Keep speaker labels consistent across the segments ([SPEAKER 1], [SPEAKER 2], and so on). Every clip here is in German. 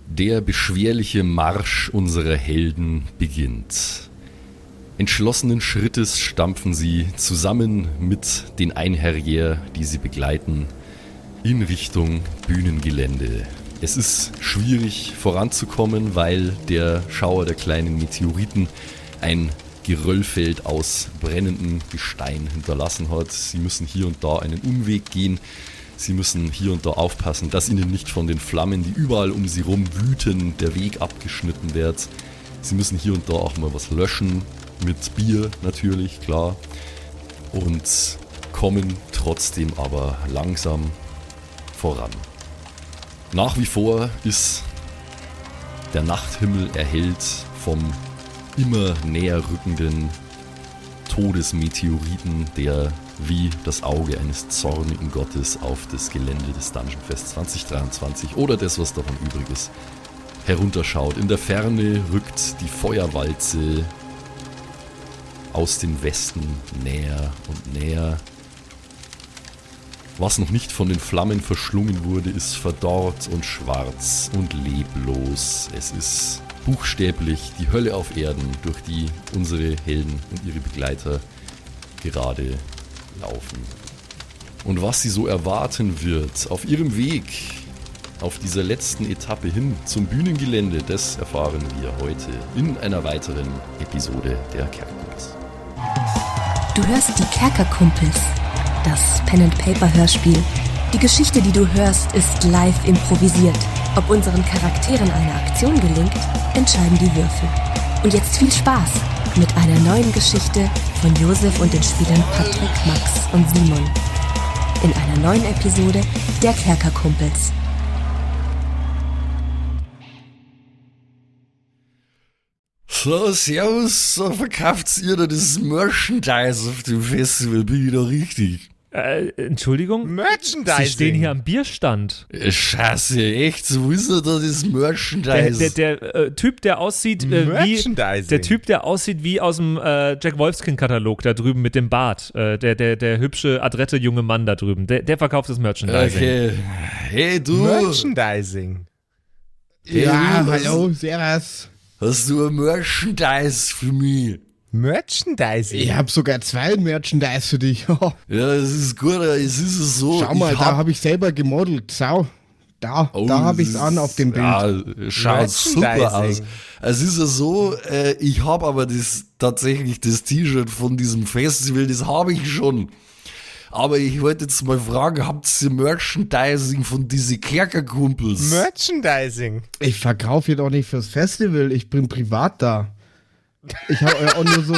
[SPEAKER 1] Der beschwerliche Marsch unserer Helden beginnt. Entschlossenen Schrittes stampfen sie zusammen mit den Einherjer, die sie begleiten, in Richtung Bühnengelände. Es ist schwierig voranzukommen, weil der Schauer der kleinen Meteoriten ein Geröllfeld aus brennendem Gestein hinterlassen hat. Sie müssen hier und da einen Umweg gehen. Sie müssen hier und da aufpassen, dass ihnen nicht von den Flammen, die überall um sie rum wüten, der Weg abgeschnitten wird. Sie müssen hier und da auch mal was löschen, mit Bier natürlich, klar. Und kommen trotzdem aber langsam voran. Nach wie vor ist der Nachthimmel erhellt vom immer näher rückenden Todesmeteoriten, der wie das Auge eines zornigen Gottes auf das Gelände des Dungeon Fest 2023 oder das, was davon übrig ist, herunterschaut. In der Ferne rückt die Feuerwalze aus dem Westen näher und näher. Was noch nicht von den Flammen verschlungen wurde, ist verdorrt und schwarz und leblos. Es ist buchstäblich die Hölle auf Erden, durch die unsere Helden und ihre Begleiter gerade laufen. Und was sie so erwarten wird auf ihrem Weg, auf dieser letzten Etappe hin zum Bühnengelände, das erfahren wir heute in einer weiteren Episode der Kerkerkumpels.
[SPEAKER 2] Du hörst die Kerkerkumpels, das Pen-and-Paper-Hörspiel. Die Geschichte, die du hörst, ist live improvisiert. Ob unseren Charakteren eine Aktion gelingt, entscheiden die Würfel. Und jetzt viel Spaß mit einer neuen Geschichte von Josef und den Spielern Patrick, Max und Simon. In einer neuen Episode der Kerkerkumpels.
[SPEAKER 1] So, servus, so verkauft ihr da das Merchandise auf dem Festival, bin ich da richtig?
[SPEAKER 3] Entschuldigung?
[SPEAKER 4] Merchandising.
[SPEAKER 3] Sie stehen hier am Bierstand.
[SPEAKER 1] Scheiße, echt, so ist da das Merchandise.
[SPEAKER 3] Der Typ, der aussieht wie aus dem Jack Wolfskin-Katalog da drüben mit dem Bart. Der hübsche, adrette junge Mann da drüben. Der verkauft das Merchandising.
[SPEAKER 1] Okay. Hey, du.
[SPEAKER 4] Merchandising.
[SPEAKER 5] Ja, hallo, servus.
[SPEAKER 1] Hast du ein Merchandise für mich?
[SPEAKER 4] Merchandising?
[SPEAKER 5] Ich hab sogar 2 Merchandise für dich.
[SPEAKER 1] Ja, das ist gut, es ist so.
[SPEAKER 5] Schau mal, da habe ich selber gemodelt. Schau, da habe ich es an auf dem Bild.
[SPEAKER 1] Ja, schaut super aus. Es ist ja so, ich habe aber tatsächlich das T-Shirt von diesem Festival, das habe ich schon. Aber ich wollte jetzt mal fragen, habt ihr Merchandising von diesen Kerkerkumpels?
[SPEAKER 4] Merchandising?
[SPEAKER 5] Ich verkaufe hier doch nicht fürs Festival, ich bin privat da. Ich habe ja auch nur so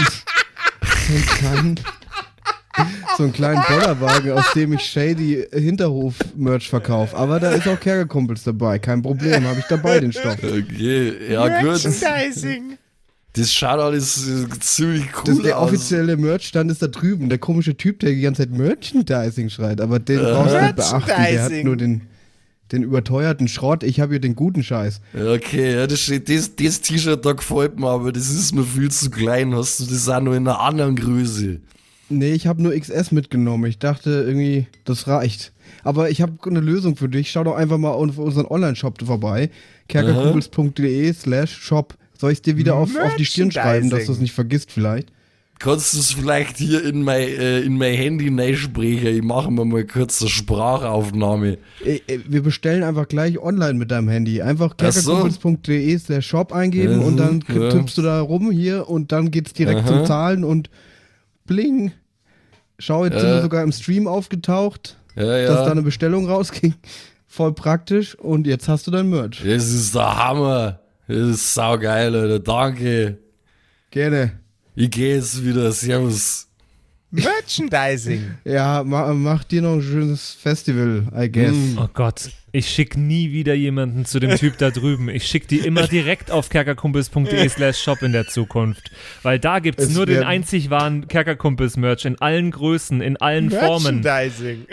[SPEAKER 5] einen kleinen Bollerwagen, aus dem ich shady Hinterhof-Merch verkaufe. Aber da ist auch Kerkerkumpels dabei, kein Problem, habe ich dabei den Stoff.
[SPEAKER 1] Okay, ja gut.
[SPEAKER 4] Merchandising.
[SPEAKER 1] Das schaut alles ziemlich cool
[SPEAKER 5] Der
[SPEAKER 1] aus.
[SPEAKER 5] offizielle Merchstand ist da drüben. Der komische Typ, der die ganze Zeit Merchandising schreit. Aber den brauchst du nicht beachten. Der hat nur den überteuerten Schrott. Ich habe hier den guten Scheiß.
[SPEAKER 1] Okay, ja, das T-Shirt da gefällt mir, aber das ist mir viel zu klein. Hast du das auch noch in einer anderen Größe?
[SPEAKER 5] Nee, ich habe nur XS mitgenommen. Ich dachte irgendwie, das reicht. Aber ich habe eine Lösung für dich. Schau doch einfach mal auf unseren Online-Shop vorbei. kerkerkumpels.de/shop. Soll ich es dir wieder auf die Stirn schreiben, dass du es nicht vergisst vielleicht?
[SPEAKER 1] Kannst du es vielleicht hier in mein Handy reinsprechen? Ich mache mir mal kurz eine Sprachaufnahme.
[SPEAKER 5] Wir bestellen einfach gleich online mit deinem Handy. Einfach kerkerkumpels.de/shop eingeben und dann tippst du da rum hier und dann geht's direkt zum Zahlen und bling. Schau, jetzt sind wir sogar im Stream aufgetaucht, dass da eine Bestellung rausging. Voll praktisch und jetzt hast du dein Merch.
[SPEAKER 1] Das ist der Hammer. Das ist saugeil, Alter. Danke.
[SPEAKER 5] Gerne.
[SPEAKER 1] Ich gehe jetzt wieder. Servus.
[SPEAKER 4] Merchandising.
[SPEAKER 5] Ja, mach dir noch ein schönes Festival, I guess.
[SPEAKER 3] Oh Gott, ich schicke nie wieder jemanden zu dem Typ da drüben. Ich schicke die immer direkt auf kerkerkumpels.de/shop in der Zukunft. Weil da gibt es nur den einzig wahren Kerkerkumpels-Merch in allen Größen, in allen Formen.
[SPEAKER 4] Merchandising.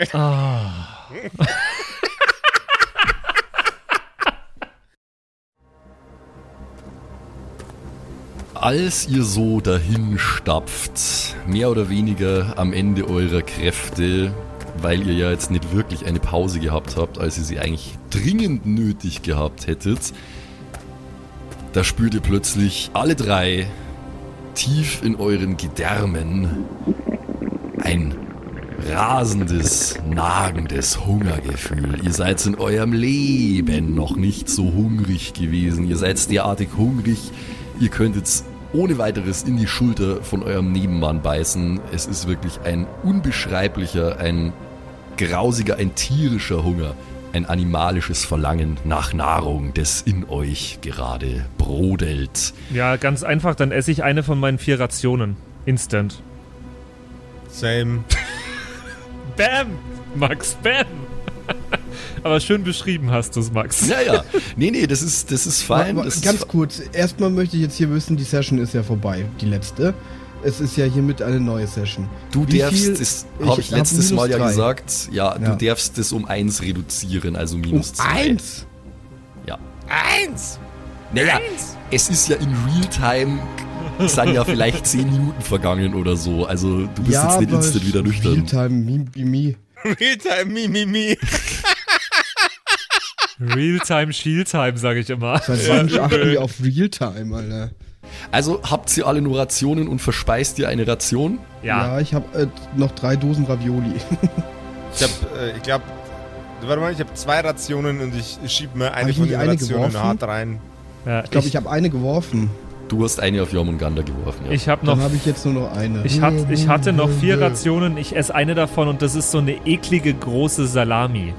[SPEAKER 1] Als ihr so dahin stapft, mehr oder weniger am Ende eurer Kräfte, weil ihr ja jetzt nicht wirklich eine Pause gehabt habt, als ihr sie eigentlich dringend nötig gehabt hättet, da spürt ihr plötzlich alle drei tief in euren Gedärmen ein rasendes, nagendes Hungergefühl. Ihr seid in eurem Leben noch nicht so hungrig gewesen. Ihr seid derartig hungrig, ihr könnt jetzt ohne weiteres in die Schulter von eurem Nebenmann beißen. Es ist wirklich ein unbeschreiblicher, ein grausiger, ein tierischer Hunger. Ein animalisches Verlangen nach Nahrung, das in euch gerade brodelt.
[SPEAKER 3] Ja, ganz einfach, dann esse ich eine von meinen 4 Rationen. Instant.
[SPEAKER 4] Same.
[SPEAKER 3] Bam! Max, bam! Aber schön beschrieben hast du es, Max.
[SPEAKER 1] Ja. Nee, das ist fein.
[SPEAKER 5] Aber ganz kurz, erstmal möchte ich jetzt hier wissen, die Session ist ja vorbei, die letzte. Es ist ja hiermit eine neue Session.
[SPEAKER 1] Du darfst, das habe ich letztes Mal ja
[SPEAKER 5] 3.
[SPEAKER 1] gesagt, du darfst das um 1 reduzieren, also minus 2.
[SPEAKER 5] 1?
[SPEAKER 1] Ja.
[SPEAKER 4] 1!
[SPEAKER 1] Naja, es ist ja in Realtime, sind ja vielleicht 10 Minuten vergangen oder so, also du bist jetzt nicht instant wieder nüchtern.
[SPEAKER 5] Realtime, mi.
[SPEAKER 4] Realtime, mi.
[SPEAKER 3] Realtime, Shieldtime, sage ich immer.
[SPEAKER 5] Seit wann achten wir auf Realtime, Alter?
[SPEAKER 1] Also habt ihr alle nur Rationen und verspeist ihr eine Ration?
[SPEAKER 5] Ja, ich habe noch 3 Dosen Ravioli.
[SPEAKER 4] Ich glaube, warte mal, ich habe 2 Rationen und ich schieb mir eine
[SPEAKER 5] ich
[SPEAKER 4] von den
[SPEAKER 5] eine
[SPEAKER 4] Rationen
[SPEAKER 5] geworfen?
[SPEAKER 4] hart rein.
[SPEAKER 3] Ja,
[SPEAKER 5] Ich glaube, ich habe eine geworfen.
[SPEAKER 1] Du hast eine auf Jormungandr geworfen, ja.
[SPEAKER 3] Ich habe
[SPEAKER 5] Dann
[SPEAKER 3] noch.
[SPEAKER 5] habe ich jetzt nur noch eine.
[SPEAKER 3] Ich hatte noch 4 Rationen, ich esse eine davon und das ist so eine eklige große Salami.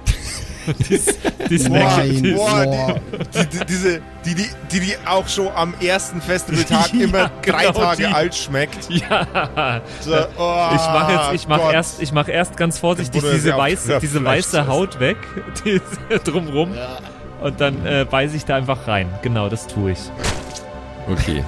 [SPEAKER 3] die
[SPEAKER 5] Nein.
[SPEAKER 4] Boah, die auch schon am ersten Festivaltag immer 3 Tage alt schmeckt.
[SPEAKER 3] Ja.
[SPEAKER 4] So, oh,
[SPEAKER 3] Ich mach erst ganz vorsichtig
[SPEAKER 4] Dann wurde
[SPEAKER 3] diese
[SPEAKER 4] sie auch
[SPEAKER 3] weiße Haut weg, die drumrum, und dann beiße ich da einfach rein. Genau, das tue ich.
[SPEAKER 1] Okay.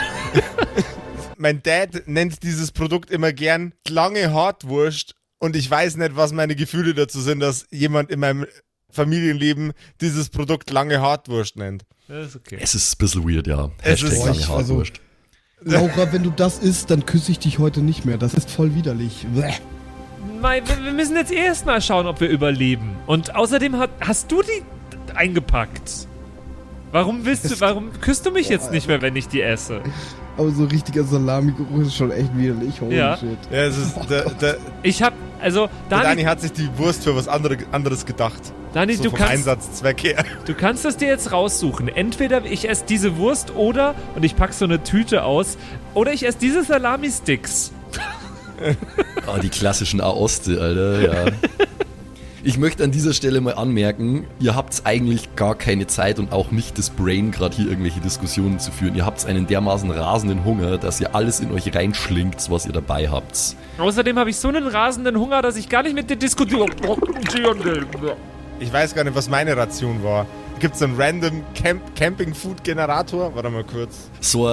[SPEAKER 4] Mein Dad nennt dieses Produkt immer gern lange Hartwurst und ich weiß nicht, was meine Gefühle dazu sind, dass jemand in meinem Familienleben dieses Produkt lange Hartwurst nennt.
[SPEAKER 3] Das ist okay.
[SPEAKER 1] Es ist ein bisschen weird, ja.
[SPEAKER 4] Es ist-
[SPEAKER 1] lange Hartwurst.
[SPEAKER 5] Laura, wenn du das isst, dann küsse ich dich heute nicht mehr. Das ist voll widerlich. Bleh.
[SPEAKER 3] Mai, wir müssen jetzt erst mal schauen, ob wir überleben. Und außerdem hast du die eingepackt. Warum küsst du mich jetzt nicht mehr, wenn ich die esse?
[SPEAKER 5] Aber so richtiger Salami-Geruch ist schon echt widerlich. Holy
[SPEAKER 3] Ja.
[SPEAKER 5] shit.
[SPEAKER 4] Ja, es ist,
[SPEAKER 3] Ich hab, also,
[SPEAKER 4] Dani
[SPEAKER 3] Dani,
[SPEAKER 4] hat sich die Wurst für was anderes gedacht.
[SPEAKER 3] Dani,
[SPEAKER 4] So
[SPEAKER 3] du
[SPEAKER 4] vom
[SPEAKER 3] kannst
[SPEAKER 4] Einsatzzweck her.
[SPEAKER 3] Du kannst das dir jetzt raussuchen. Entweder ich esse diese Wurst und ich pack so eine Tüte aus, oder ich esse diese Salami-Sticks.
[SPEAKER 1] Ah, die klassischen Aoste, Alter, ja. Ich möchte an dieser Stelle mal anmerken, ihr habt eigentlich gar keine Zeit und auch nicht das Brain, gerade hier irgendwelche Diskussionen zu führen. Ihr habt einen dermaßen rasenden Hunger, dass ihr alles in euch reinschlingt, was ihr dabei habt.
[SPEAKER 3] Außerdem habe ich so einen rasenden Hunger, dass ich gar nicht mit dir diskutieren will.
[SPEAKER 4] Ich weiß gar nicht, was meine Ration war. Gibt es einen random Camping-Food-Generator? Warte mal kurz.
[SPEAKER 1] So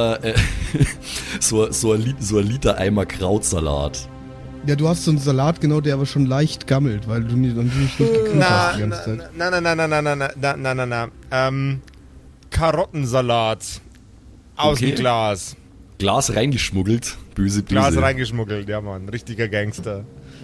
[SPEAKER 1] ein Liter Eimer Krautsalat.
[SPEAKER 5] Ja, du hast so einen Salat, genau, der aber schon leicht gammelt, weil du natürlich nicht gekühlt hast die ganze Zeit.
[SPEAKER 4] Karottensalat. Aus
[SPEAKER 1] Okay.
[SPEAKER 4] dem Glas.
[SPEAKER 1] Glas reingeschmuggelt, böse.
[SPEAKER 4] Glas reingeschmuggelt, ja Mann. Richtiger Gangster.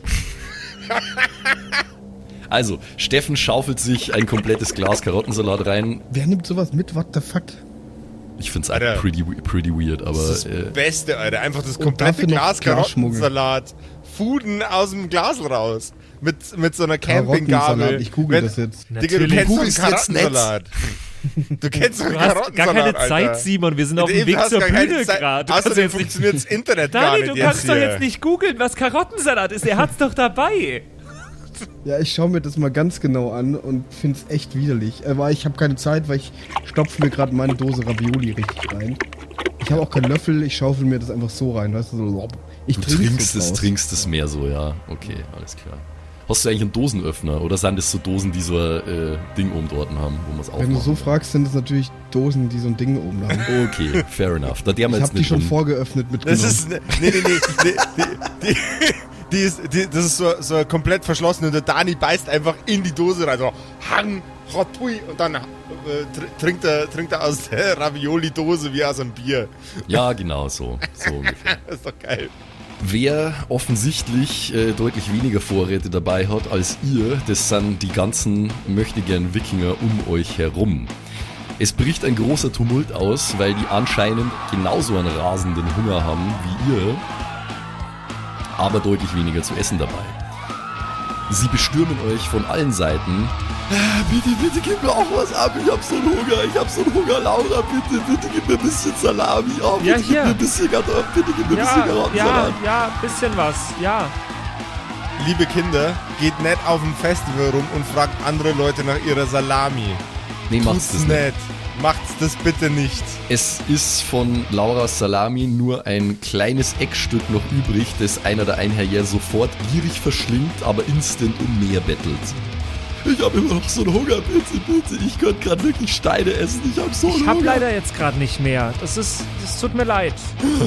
[SPEAKER 1] Also, Steffen schaufelt sich ein komplettes Glas Karottensalat rein.
[SPEAKER 5] Wer nimmt sowas mit? What the fuck?
[SPEAKER 1] Ich find's
[SPEAKER 4] Alter.
[SPEAKER 1] pretty weird, aber
[SPEAKER 4] Das ist das Beste, Alter. Einfach das
[SPEAKER 5] Und
[SPEAKER 4] komplette
[SPEAKER 5] dafür noch
[SPEAKER 4] Glas
[SPEAKER 5] Glas schmuggeln.
[SPEAKER 4] Karottensalat. Fuden aus dem Glas raus. Mit so einer
[SPEAKER 5] Karottensalat,
[SPEAKER 4] Campinggabel.
[SPEAKER 5] ich google das jetzt.
[SPEAKER 4] Digga, du
[SPEAKER 3] Natürlich.
[SPEAKER 4] kennst doch einen
[SPEAKER 1] Googelst jetzt nicht.
[SPEAKER 4] Karottensalat. Du kennst doch einen
[SPEAKER 3] Du hast
[SPEAKER 4] Karottensalat,
[SPEAKER 3] gar keine
[SPEAKER 4] Alter.
[SPEAKER 3] Zeit, Simon. Wir sind auf dem
[SPEAKER 4] Eben,
[SPEAKER 3] Weg
[SPEAKER 4] du hast
[SPEAKER 3] zur
[SPEAKER 4] gar keine
[SPEAKER 3] Bühne
[SPEAKER 4] Zeit.
[SPEAKER 3] gerade.
[SPEAKER 4] Außerdem funktioniert das Internet gar
[SPEAKER 3] Dani,
[SPEAKER 4] nicht
[SPEAKER 3] du kannst
[SPEAKER 4] jetzt
[SPEAKER 3] doch
[SPEAKER 4] hier.
[SPEAKER 3] jetzt nicht googeln, was Karottensalat ist. Er hat's doch dabei.
[SPEAKER 5] Ja, ich schaue mir das mal ganz genau an und finde es echt widerlich. Aber ich habe keine Zeit, weil ich stopfe mir gerade meine Dose Ravioli richtig rein. Ich habe auch keinen Löffel, ich schaufel mir das einfach so rein, weißt du, so. Ich
[SPEAKER 1] du
[SPEAKER 5] trink's so draus.
[SPEAKER 1] trinkst es mehr so, ja. Okay, alles klar. Hast du eigentlich einen Dosenöffner oder sind das so Dosen, die so ein Ding oben dort haben, wo man es aufmachen
[SPEAKER 5] Wenn du so
[SPEAKER 1] kann?
[SPEAKER 5] fragst, sind es natürlich Dosen, die so ein Ding oben haben.
[SPEAKER 1] Okay, fair enough. Da der
[SPEAKER 5] Ich habe die schon vorgeöffnet mitgenommen.
[SPEAKER 4] Das ist. Das ist so komplett verschlossen und der Dani beißt einfach in die Dose rein. So, hang, hotui, und dann trinkt er aus der Ravioli-Dose wie aus einem Bier.
[SPEAKER 1] Ja, genau, so ungefähr.
[SPEAKER 4] Das ist doch geil.
[SPEAKER 1] Wer offensichtlich deutlich weniger Vorräte dabei hat als ihr, das sind die ganzen Möchtegern-Wikinger um euch herum. Es bricht ein großer Tumult aus, weil die anscheinend genauso einen rasenden Hunger haben wie ihr, aber deutlich weniger zu essen dabei. Sie bestürmen euch von allen Seiten. Bitte gib mir auch was ab, ich hab so einen Hunger, Laura, bitte gib mir ein bisschen Salami, bitte gib mir ein bisschen Karottensalat.
[SPEAKER 3] Ja, bisschen was, ja.
[SPEAKER 4] Liebe Kinder, geht nicht auf dem Festival rum und fragt andere Leute nach ihrer Salami.
[SPEAKER 1] Nee, macht's das nicht.
[SPEAKER 4] Macht's das bitte nicht.
[SPEAKER 1] Es ist von Lauras Salami nur ein kleines Eckstück noch übrig, das einer der Einherjäger sofort gierig verschlingt, aber instant um mehr bettelt. Ich habe immer noch so einen Hunger, bitte. Ich könnte gerade wirklich Steine essen. Ich habe so einen Hunger.
[SPEAKER 3] Ich habe leider jetzt gerade nicht mehr. Das tut mir leid.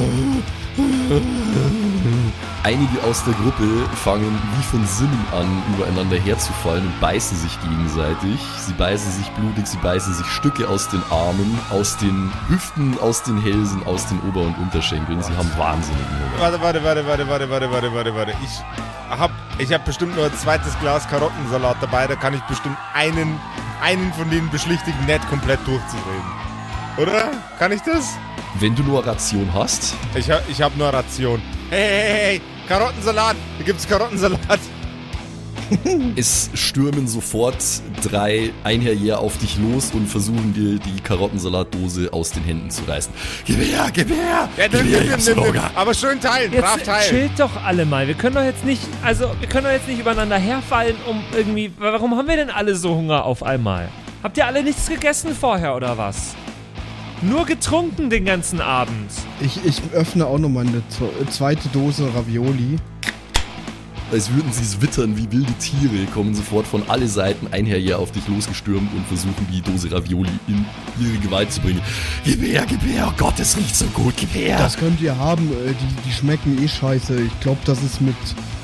[SPEAKER 1] Einige aus der Gruppe fangen wie von Sinnen an, übereinander herzufallen und beißen sich gegenseitig. Sie beißen sich blutig, sie beißen sich Stücke aus den Armen, aus den Hüften, aus den Hälsen, aus den Ober- und Unterschenkeln. Sie haben wahnsinnigen Hunger.
[SPEAKER 4] Warte. Ich hab bestimmt nur ein zweites Glas Karottensalat dabei. Da kann ich bestimmt einen von denen beschlichtigen, nicht komplett durchzureden. Oder? Kann ich das?
[SPEAKER 1] Wenn du nur Ration hast.
[SPEAKER 4] Ich hab nur Ration. Hey, Karottensalat! Hier gibt's Karottensalat!
[SPEAKER 1] Es stürmen sofort 3 Einherjäger auf dich los und versuchen dir die Karottensalatdose aus den Händen zu reißen. Gib her!
[SPEAKER 4] Ja, nimm. Aber schön teilen, brav teilen.
[SPEAKER 3] Chillt doch alle mal. Wir können doch jetzt nicht übereinander herfallen, um irgendwie... Warum haben wir denn alle so Hunger auf einmal? Habt ihr alle nichts gegessen vorher, oder was? Nur getrunken den ganzen Abend.
[SPEAKER 5] Ich öffne auch nochmal eine zweite Dose Ravioli.
[SPEAKER 1] Als würden sie es wittern wie wilde Tiere, kommen sofort von alle Seiten Einherjäger auf dich losgestürmt und versuchen die Dose Ravioli in ihre Gewalt zu bringen. Gib her, oh Gott, das riecht so gut, gib her.
[SPEAKER 5] Das könnt ihr haben, die schmecken eh scheiße. Ich glaube, das ist mit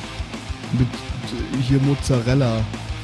[SPEAKER 5] hier Mozzarella.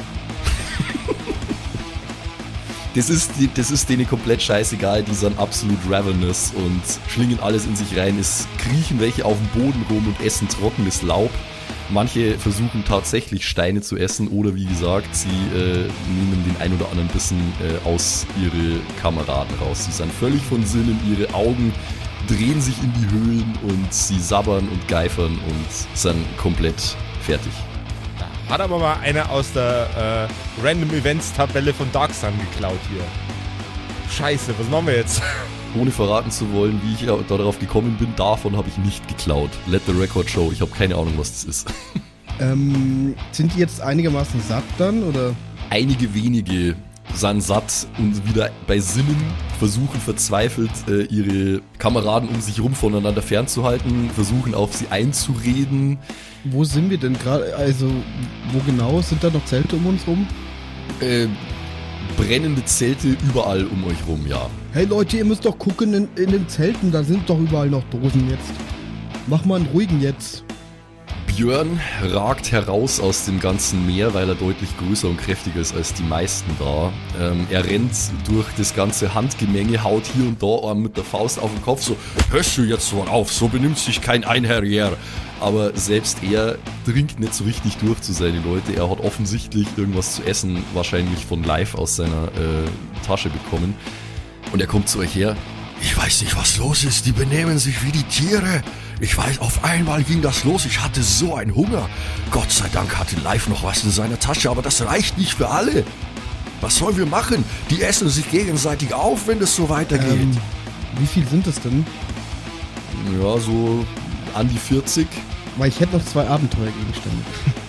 [SPEAKER 1] Das ist denen komplett scheißegal, die sind absolut ravenous und schlingen alles in sich rein. Es kriechen welche auf dem Boden rum und essen trockenes Laub. Manche versuchen tatsächlich Steine zu essen oder wie gesagt, sie nehmen den ein oder anderen Bissen aus ihre Kameraden raus. Sie sind völlig von Sinnen, ihre Augen drehen sich in die Höhlen und sie sabbern und geifern und sind komplett fertig.
[SPEAKER 4] Hat aber mal einer aus der Random Events Tabelle von Dark Sun geklaut hier. Scheiße, was machen wir jetzt?
[SPEAKER 1] Ohne verraten zu wollen, wie ich darauf gekommen bin, davon habe ich nicht geklaut. Let the record show. Ich habe keine Ahnung, was das ist.
[SPEAKER 5] Sind die jetzt einigermaßen satt dann, oder?
[SPEAKER 1] Einige wenige sind satt und wieder bei Sinnen, versuchen verzweifelt, ihre Kameraden um sich herum voneinander fernzuhalten, versuchen auf sie einzureden.
[SPEAKER 5] Wo sind wir denn gerade? Also, wo genau? Sind da noch Zelte um uns rum?
[SPEAKER 1] Brennende Zelte überall um euch rum, ja.
[SPEAKER 5] Hey Leute, ihr müsst doch gucken in den Zelten, da sind doch überall noch Dosen jetzt. Mach mal einen ruhigen jetzt.
[SPEAKER 1] Björn ragt heraus aus dem ganzen Meer, weil er deutlich größer und kräftiger ist als die meisten da. Er rennt durch das ganze Handgemenge, haut hier und da mit der Faust auf den Kopf, so, hörst du jetzt mal auf, so benimmt sich kein Einherjer. Aber selbst er dringt nicht so richtig durch zu seinen Leuten. Er hat offensichtlich irgendwas zu essen, wahrscheinlich von Live aus seiner Tasche bekommen. Und er kommt zu euch her. Ich weiß nicht, was los ist. Die benehmen sich wie die Tiere. Ich weiß, auf einmal ging das los. Ich hatte so einen Hunger. Gott sei Dank hatte Live noch was in seiner Tasche, aber das reicht nicht für alle. Was sollen wir machen? Die essen sich gegenseitig auf, wenn es so weitergeht.
[SPEAKER 5] Wie viel sind es denn?
[SPEAKER 1] Ja, so an die 40.
[SPEAKER 5] Weil ich hätte noch 2 Abenteuergegenstände.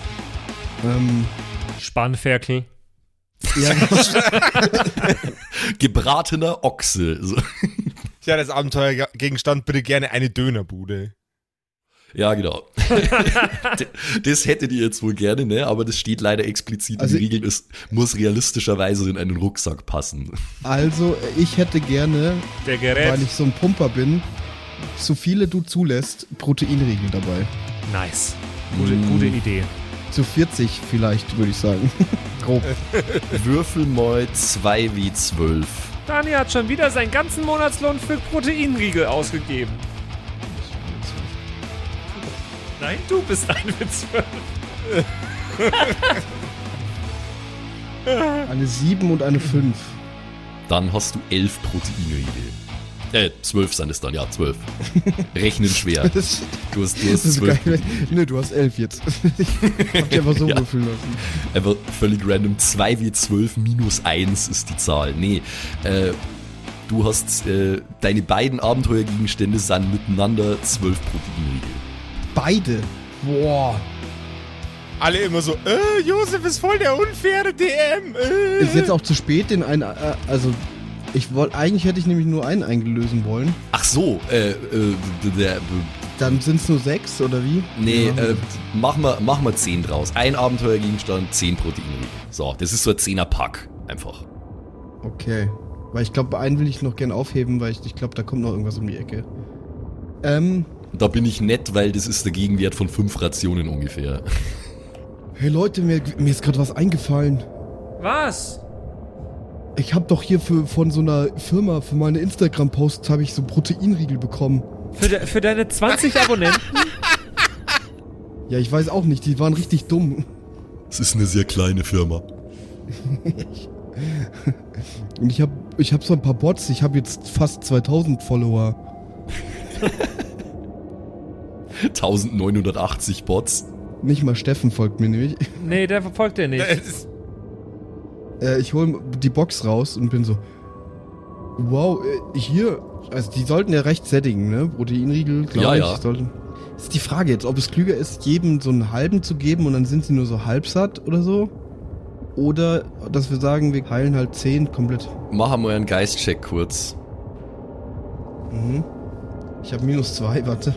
[SPEAKER 3] Spanferkel.
[SPEAKER 5] Ja,
[SPEAKER 1] gebratener Ochse.
[SPEAKER 4] Ja, das Abenteuergegenstand bitte gerne eine Dönerbude.
[SPEAKER 1] Ja, genau. Das hättet ihr jetzt wohl gerne, ne? Aber das steht leider explizit in den Regeln. Es muss realistischerweise in einen Rucksack passen.
[SPEAKER 5] Also, ich hätte gerne, weil ich so ein Pumper bin, so viele du zulässt, Proteinriegel dabei.
[SPEAKER 3] Nice. Gute Idee.
[SPEAKER 5] Zu 40 vielleicht, würde ich sagen. Grob.
[SPEAKER 1] Würfel mal 2W12.
[SPEAKER 3] Dani hat schon wieder seinen ganzen Monatslohn für Proteinriegel ausgegeben. Nein, du bist 1W12.
[SPEAKER 5] Eine 7 und eine 5.
[SPEAKER 1] Dann hast du 11 Proteinriegel. 12 sind es dann, ja, 12. Rechnen schwer. Du hast 12.
[SPEAKER 5] Ne, du hast 11 jetzt. Ich hab dich einfach so würfeln lassen.
[SPEAKER 1] Einfach völlig random. 2W12 minus 1 ist die Zahl. Nee, du hast, deine beiden Abenteuergegenstände sind miteinander 12 Proteinriegel.
[SPEAKER 5] Beide? Boah.
[SPEAKER 4] Alle immer so, Josef ist voll der unfaire DM.
[SPEAKER 5] Ist jetzt auch zu spät, den einen, also eigentlich hätte ich nämlich nur einen eingelösen wollen.
[SPEAKER 1] Ach so,
[SPEAKER 5] dann sind es nur 6 oder wie?
[SPEAKER 1] Nee, mach mal 10 draus. Ein Abenteuergegenstand, 10 Proteinriegel. So, das ist so ein 10er-Pack, einfach.
[SPEAKER 5] Okay, weil ich glaube, einen will ich noch gern aufheben, weil ich glaube, da kommt noch irgendwas um die Ecke.
[SPEAKER 1] Da bin ich nett, weil das ist der Gegenwert von 5 Rationen ungefähr.
[SPEAKER 5] Hey Leute, mir ist gerade was eingefallen.
[SPEAKER 3] Was?
[SPEAKER 5] Ich habe doch hier von so einer Firma, für meine Instagram-Posts habe ich so Proteinriegel bekommen.
[SPEAKER 3] Für deine 20 Abonnenten?
[SPEAKER 5] Ja, ich weiß auch nicht, die waren richtig dumm.
[SPEAKER 1] Es ist eine sehr kleine Firma.
[SPEAKER 5] Und ich hab so ein paar Bots, ich habe jetzt fast 2000 Follower.
[SPEAKER 1] 1980 Bots.
[SPEAKER 5] Nicht mal Steffen folgt mir nämlich.
[SPEAKER 3] Nee, der verfolgt dir nicht.
[SPEAKER 5] Ich hole die Box raus und bin so, wow, hier, also die sollten ja recht sättigen, ne? Proteinriegel, glaube ich. Sollten. Ist die Frage jetzt, ob es klüger ist, jedem so einen halben zu geben und dann sind sie nur so halb satt oder so? Oder, dass wir sagen, wir heilen halt 10 komplett.
[SPEAKER 1] Mach mal einen Geistcheck kurz.
[SPEAKER 5] Mhm. Ich habe -2, warte.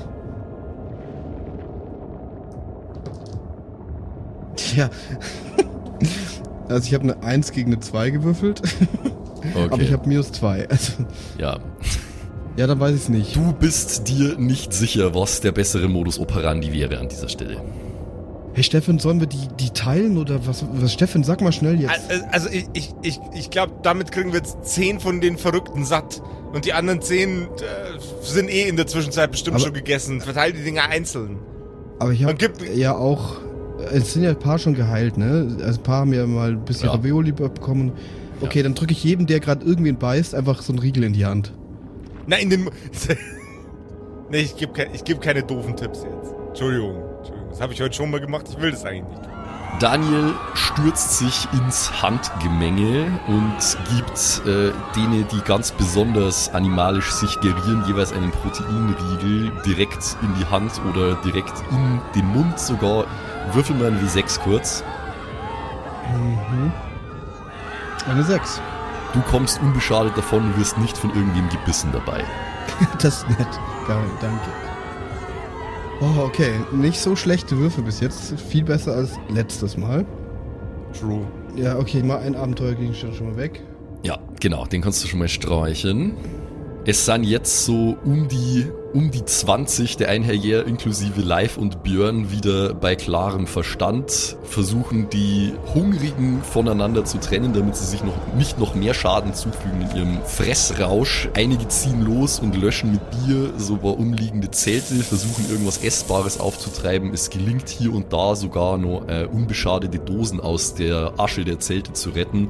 [SPEAKER 5] Tja. Also ich habe eine 1 gegen eine 2 gewürfelt. Okay. Aber ich habe -2. Also
[SPEAKER 1] ja.
[SPEAKER 5] Ja, dann weiß ich es nicht.
[SPEAKER 1] Du bist dir nicht sicher, was der bessere Modus operandi wäre an dieser Stelle.
[SPEAKER 5] Hey Steffen, sollen wir die teilen oder was? Steffen, sag mal schnell jetzt.
[SPEAKER 4] Also ich glaube, damit kriegen wir jetzt 10 von den Verrückten satt. Und die anderen 10 sind in der Zwischenzeit bestimmt schon gegessen. Verteil die Dinger einzeln.
[SPEAKER 5] Aber ich habe ja auch... Es sind ja ein paar schon geheilt, ne? Also ein paar haben ja mal ein bisschen Ravioli bekommen. Okay, dann drücke ich jedem, der gerade irgendwen beißt, einfach so einen Riegel in die Hand.
[SPEAKER 4] Na, nee, ich geb keine doofen Tipps jetzt. Entschuldigung. Das habe ich heute schon mal gemacht, ich will das eigentlich nicht.
[SPEAKER 1] Daniel stürzt sich ins Handgemenge und gibt denen, die ganz besonders animalisch sich gerieren, jeweils einen Proteinriegel direkt in die Hand oder direkt in den Mund sogar. Würfel mal ein W6 kurz.
[SPEAKER 5] Mhm. Eine 6.
[SPEAKER 1] Du kommst unbeschadet davon und wirst nicht von irgendwem gebissen dabei.
[SPEAKER 5] Das ist nett. Geil, danke. Oh, okay. Nicht so schlechte Würfe bis jetzt. Viel besser als letztes Mal.
[SPEAKER 4] True.
[SPEAKER 5] Ja, okay, mal ein Abenteuergegenstand schon mal weg.
[SPEAKER 1] Ja, genau. Den kannst du schon mal streichen. Es sind jetzt so um die 20 der Einherjäger inklusive Live und Björn wieder bei klarem Verstand, versuchen die Hungrigen voneinander zu trennen, damit sie sich nicht noch mehr Schaden zufügen in ihrem Fressrausch. Einige ziehen los und löschen mit Bier so ein paar umliegende Zelte, versuchen irgendwas Essbares aufzutreiben. Es gelingt hier und da sogar noch unbeschadete Dosen aus der Asche der Zelte zu retten.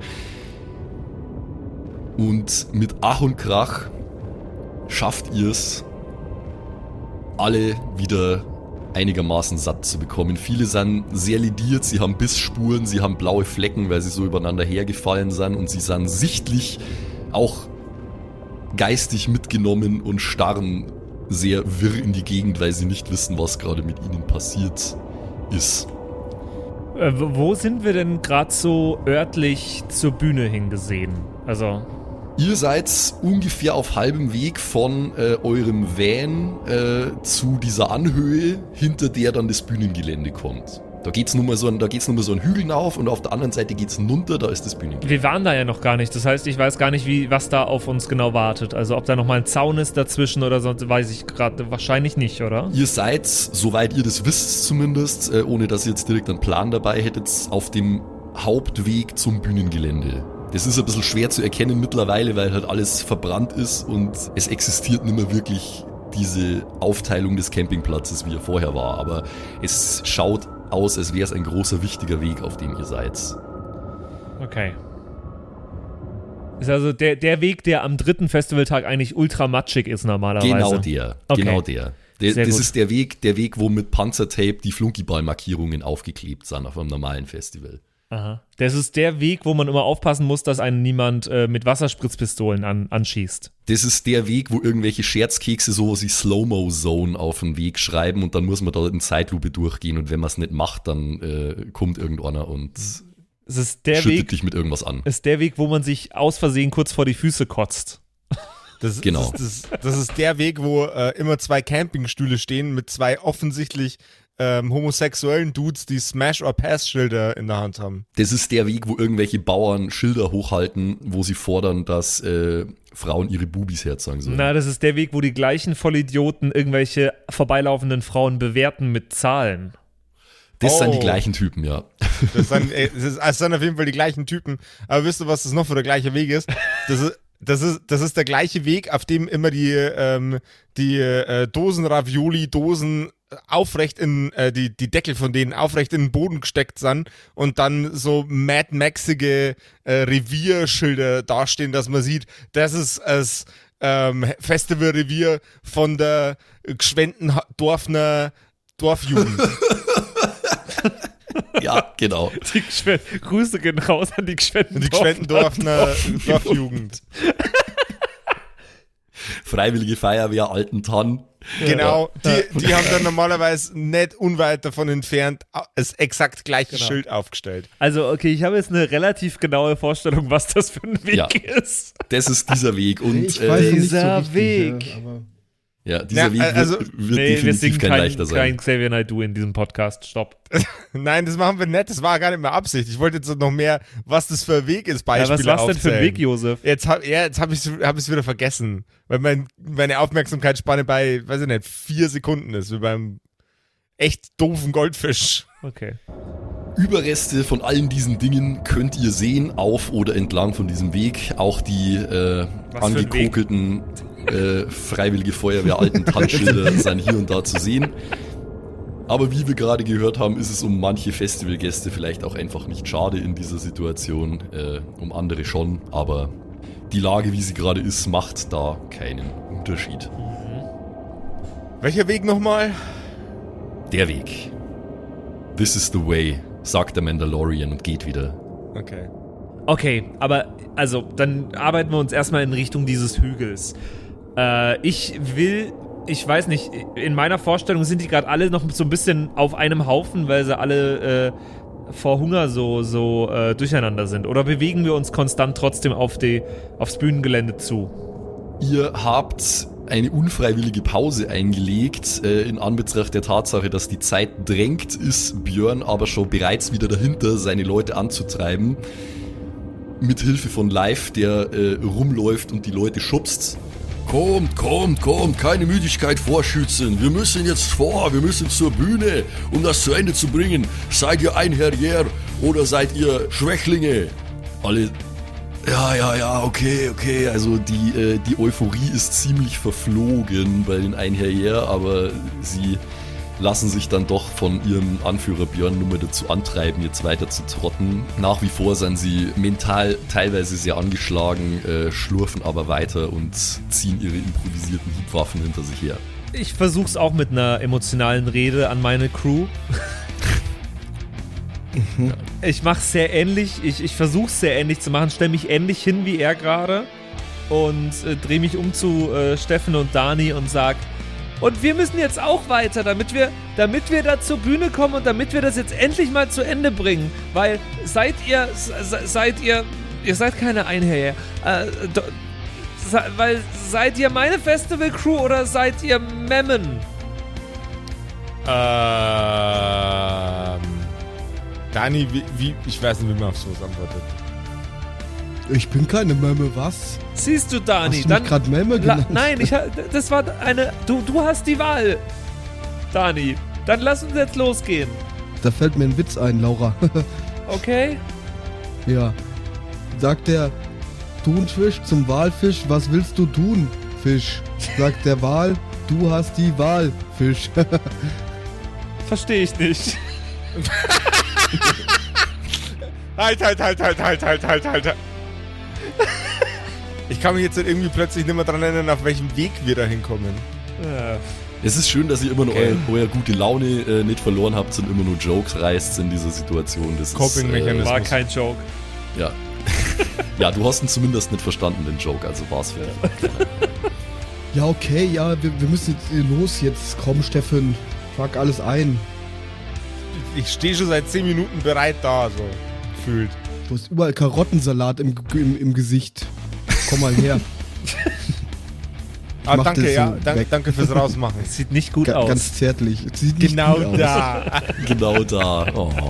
[SPEAKER 1] Und mit Ach und Krach schafft ihr es, alle wieder einigermaßen satt zu bekommen. Viele sind sehr lediert, sie haben Bissspuren, sie haben blaue Flecken, weil sie so übereinander hergefallen sind und sie sind sichtlich auch geistig mitgenommen und starren sehr wirr in die Gegend, weil sie nicht wissen, was gerade mit ihnen passiert ist.
[SPEAKER 3] Wo sind wir denn gerade so örtlich zur Bühne hingesehen? Also...
[SPEAKER 1] Ihr seid ungefähr auf halbem Weg von eurem Van zu dieser Anhöhe, hinter der dann das Bühnengelände kommt. Da geht's nur mal so einen Hügel rauf und auf der anderen Seite geht's runter, da ist das Bühnengelände.
[SPEAKER 3] Wir waren da ja noch gar nicht, das heißt, ich weiß gar nicht, was da auf uns genau wartet. Also ob da nochmal ein Zaun ist dazwischen oder sonst, weiß ich gerade wahrscheinlich nicht, oder?
[SPEAKER 1] Ihr seid, soweit ihr das wisst zumindest, ohne dass ihr jetzt direkt einen Plan dabei hättet, auf dem Hauptweg zum Bühnengelände. Das ist ein bisschen schwer zu erkennen mittlerweile, weil halt alles verbrannt ist und es existiert nicht mehr wirklich diese Aufteilung des Campingplatzes, wie er vorher war. Aber es schaut aus, als wäre es ein großer, wichtiger Weg, auf dem ihr seid.
[SPEAKER 3] Okay. Ist also der Weg, der am 3. Festivaltag eigentlich ultra matschig ist normalerweise.
[SPEAKER 1] Genau der. Das ist der Weg, wo mit Panzertape die Flunkyball-Markierungen aufgeklebt sind auf einem normalen Festival.
[SPEAKER 3] Aha. Das ist der Weg, wo man immer aufpassen muss, dass einen niemand mit Wasserspritzpistolen anschießt.
[SPEAKER 1] Das ist der Weg, wo irgendwelche Scherzkekse sowas wie Slow-Mo-Zone auf den Weg schreiben und dann muss man da in Zeitlupe durchgehen und wenn man es nicht macht, dann kommt irgendeiner und schüttet dich mit irgendwas an.
[SPEAKER 3] Das ist der Weg, wo man sich aus Versehen kurz vor die Füße kotzt.
[SPEAKER 4] Das ist der Weg, wo immer 2 Campingstühle stehen mit 2 offensichtlich homosexuellen Dudes, die Smash-or-Pass-Schilder in der Hand haben.
[SPEAKER 1] Das ist der Weg, wo irgendwelche Bauern Schilder hochhalten, wo sie fordern, dass Frauen ihre Bubis herzeigen sollen.
[SPEAKER 3] Na, das ist der Weg, wo die gleichen Vollidioten irgendwelche vorbeilaufenden Frauen bewerten mit Zahlen.
[SPEAKER 1] Das sind die gleichen Typen, ja.
[SPEAKER 4] Das sind auf jeden Fall die gleichen Typen. Aber wisst ihr, was das noch für der gleiche Weg ist? Das ist der gleiche Weg, auf dem immer die Dosen-Ravioli-Dosen aufrecht die Deckel von denen aufrecht in den Boden gesteckt sind und dann so Mad Maxige Revierschilder dastehen, dass man sieht, das ist das Festivalrevier von der Gschwendendorfner Dorfjugend.
[SPEAKER 1] Ja, genau.
[SPEAKER 3] Grüße gehen raus an die
[SPEAKER 4] Gschwendendorfner Dorfjugend.
[SPEAKER 1] Freiwillige Feuerwehr Altentann.
[SPEAKER 4] Genau, die haben dann normalerweise nicht unweit davon entfernt das exakt gleiche Schild aufgestellt.
[SPEAKER 3] Also okay, ich habe jetzt eine relativ genaue Vorstellung, was das für ein Weg ist.
[SPEAKER 1] Das ist dieser Weg. Und
[SPEAKER 5] ich weiß
[SPEAKER 3] dieser
[SPEAKER 5] so richtig,
[SPEAKER 3] Weg.
[SPEAKER 5] Aber
[SPEAKER 1] dieser Weg wird definitiv kein leichter sein.
[SPEAKER 3] Kein Xavier Naidoo in diesem Podcast, stopp.
[SPEAKER 4] Nein, das machen wir nicht, das war gar nicht mehr Absicht. Ich wollte jetzt noch mehr, was das für ein Weg ist, Beispiele
[SPEAKER 3] aufzählen. Was war denn für ein Weg, Josef?
[SPEAKER 4] Jetzt hab ich es wieder vergessen, weil meine Aufmerksamkeitsspanne bei, weiß ich nicht, 4 Sekunden ist, wie beim echt doofen Goldfisch.
[SPEAKER 3] Okay.
[SPEAKER 1] Überreste von allen diesen Dingen könnt ihr sehen, auf oder entlang von diesem Weg. Auch die angekokelten Freiwillige Feuerwehr alten Tannschilder sind hier und da zu sehen. Aber wie wir gerade gehört haben, ist es um manche Festivalgäste vielleicht auch einfach nicht schade in dieser Situation. Um andere schon, aber die Lage, wie sie gerade ist, macht da keinen Unterschied.
[SPEAKER 4] Welcher Weg nochmal?
[SPEAKER 1] Der Weg. This is the way, sagt der Mandalorian und geht wieder.
[SPEAKER 3] Okay, aber also dann arbeiten wir uns erstmal in Richtung dieses Hügels. Ich weiß nicht, in meiner Vorstellung sind die gerade alle noch so ein bisschen auf einem Haufen, weil sie alle vor Hunger so durcheinander sind. Oder bewegen wir uns konstant trotzdem aufs Bühnengelände zu?
[SPEAKER 1] Ihr habt eine unfreiwillige Pause eingelegt, in Anbetracht der Tatsache, dass die Zeit drängt, ist Björn aber schon bereits wieder dahinter, seine Leute anzutreiben. Mit Hilfe von Live, der rumläuft und die Leute schubst. Kommt, keine Müdigkeit vorschützen. Wir müssen jetzt wir müssen zur Bühne, um das zu Ende zu bringen. Seid ihr Einherjer oder seid ihr Schwächlinge? Alle, ja, okay. Also die Euphorie ist ziemlich verflogen bei den Einherjer, aber sie lassen sich dann doch von ihrem Anführer Björn nur mehr dazu antreiben, jetzt weiter zu trotten. Nach wie vor sind sie mental teilweise sehr angeschlagen, schlurfen aber weiter und ziehen ihre improvisierten Hiebwaffen hinter sich her.
[SPEAKER 3] Ich versuch's auch mit einer emotionalen Rede an meine Crew. Ich mach's sehr ähnlich, ich versuch's sehr ähnlich zu machen, stell mich ähnlich hin wie er gerade und drehe mich um zu Steffen und Dani und sag: Und wir müssen jetzt auch weiter, damit wir da zur Bühne kommen und damit wir das jetzt endlich mal zu Ende bringen. Weil ihr seid keine Einherjer. Weil seid ihr meine Festival-Crew oder seid ihr Memmen?
[SPEAKER 4] Dani, ich weiß nicht, wie man auf sowas antwortet.
[SPEAKER 5] Ich bin keine Memme, was?
[SPEAKER 3] Siehst du, Dani?
[SPEAKER 5] Hast du mich gerade Memme genannt?
[SPEAKER 3] Nein, das war eine... Du hast die Wahl, Dani. Dann lass uns jetzt losgehen.
[SPEAKER 5] Da fällt mir ein Witz ein, Laura.
[SPEAKER 3] Okay.
[SPEAKER 5] Ja. Sagt der Thunfisch zum Walfisch: Was willst du tun, Fisch? Sagt der Wal: Du hast die Wahl, Fisch.
[SPEAKER 3] Verstehe ich nicht.
[SPEAKER 4] Halt. Ich kann mich jetzt irgendwie plötzlich nicht mehr dran erinnern, auf welchem Weg wir da hinkommen.
[SPEAKER 3] Ja.
[SPEAKER 1] Es ist schön, dass ihr immer noch euer gute Laune nicht verloren habt und immer nur Jokes reißt in dieser Situation. Das
[SPEAKER 4] Coping-Mechanismus.
[SPEAKER 3] War kein Joke.
[SPEAKER 1] Ja. Ja, du hast ihn zumindest nicht verstanden, den Joke, also war's für dich.
[SPEAKER 5] Ja, okay, ja, wir müssen jetzt los jetzt. Komm, Steffen, pack alles ein.
[SPEAKER 4] Ich stehe schon seit 10 Minuten bereit da, so gefühlt.
[SPEAKER 5] Du hast überall Karottensalat im Gesicht. Komm mal her.
[SPEAKER 4] Danke, ja, danke fürs Rausmachen.
[SPEAKER 3] Sieht nicht gut aus.
[SPEAKER 5] Ganz zärtlich. Sieht nicht
[SPEAKER 4] Genau
[SPEAKER 5] gut
[SPEAKER 4] da.
[SPEAKER 5] aus.
[SPEAKER 1] Genau da. Oh.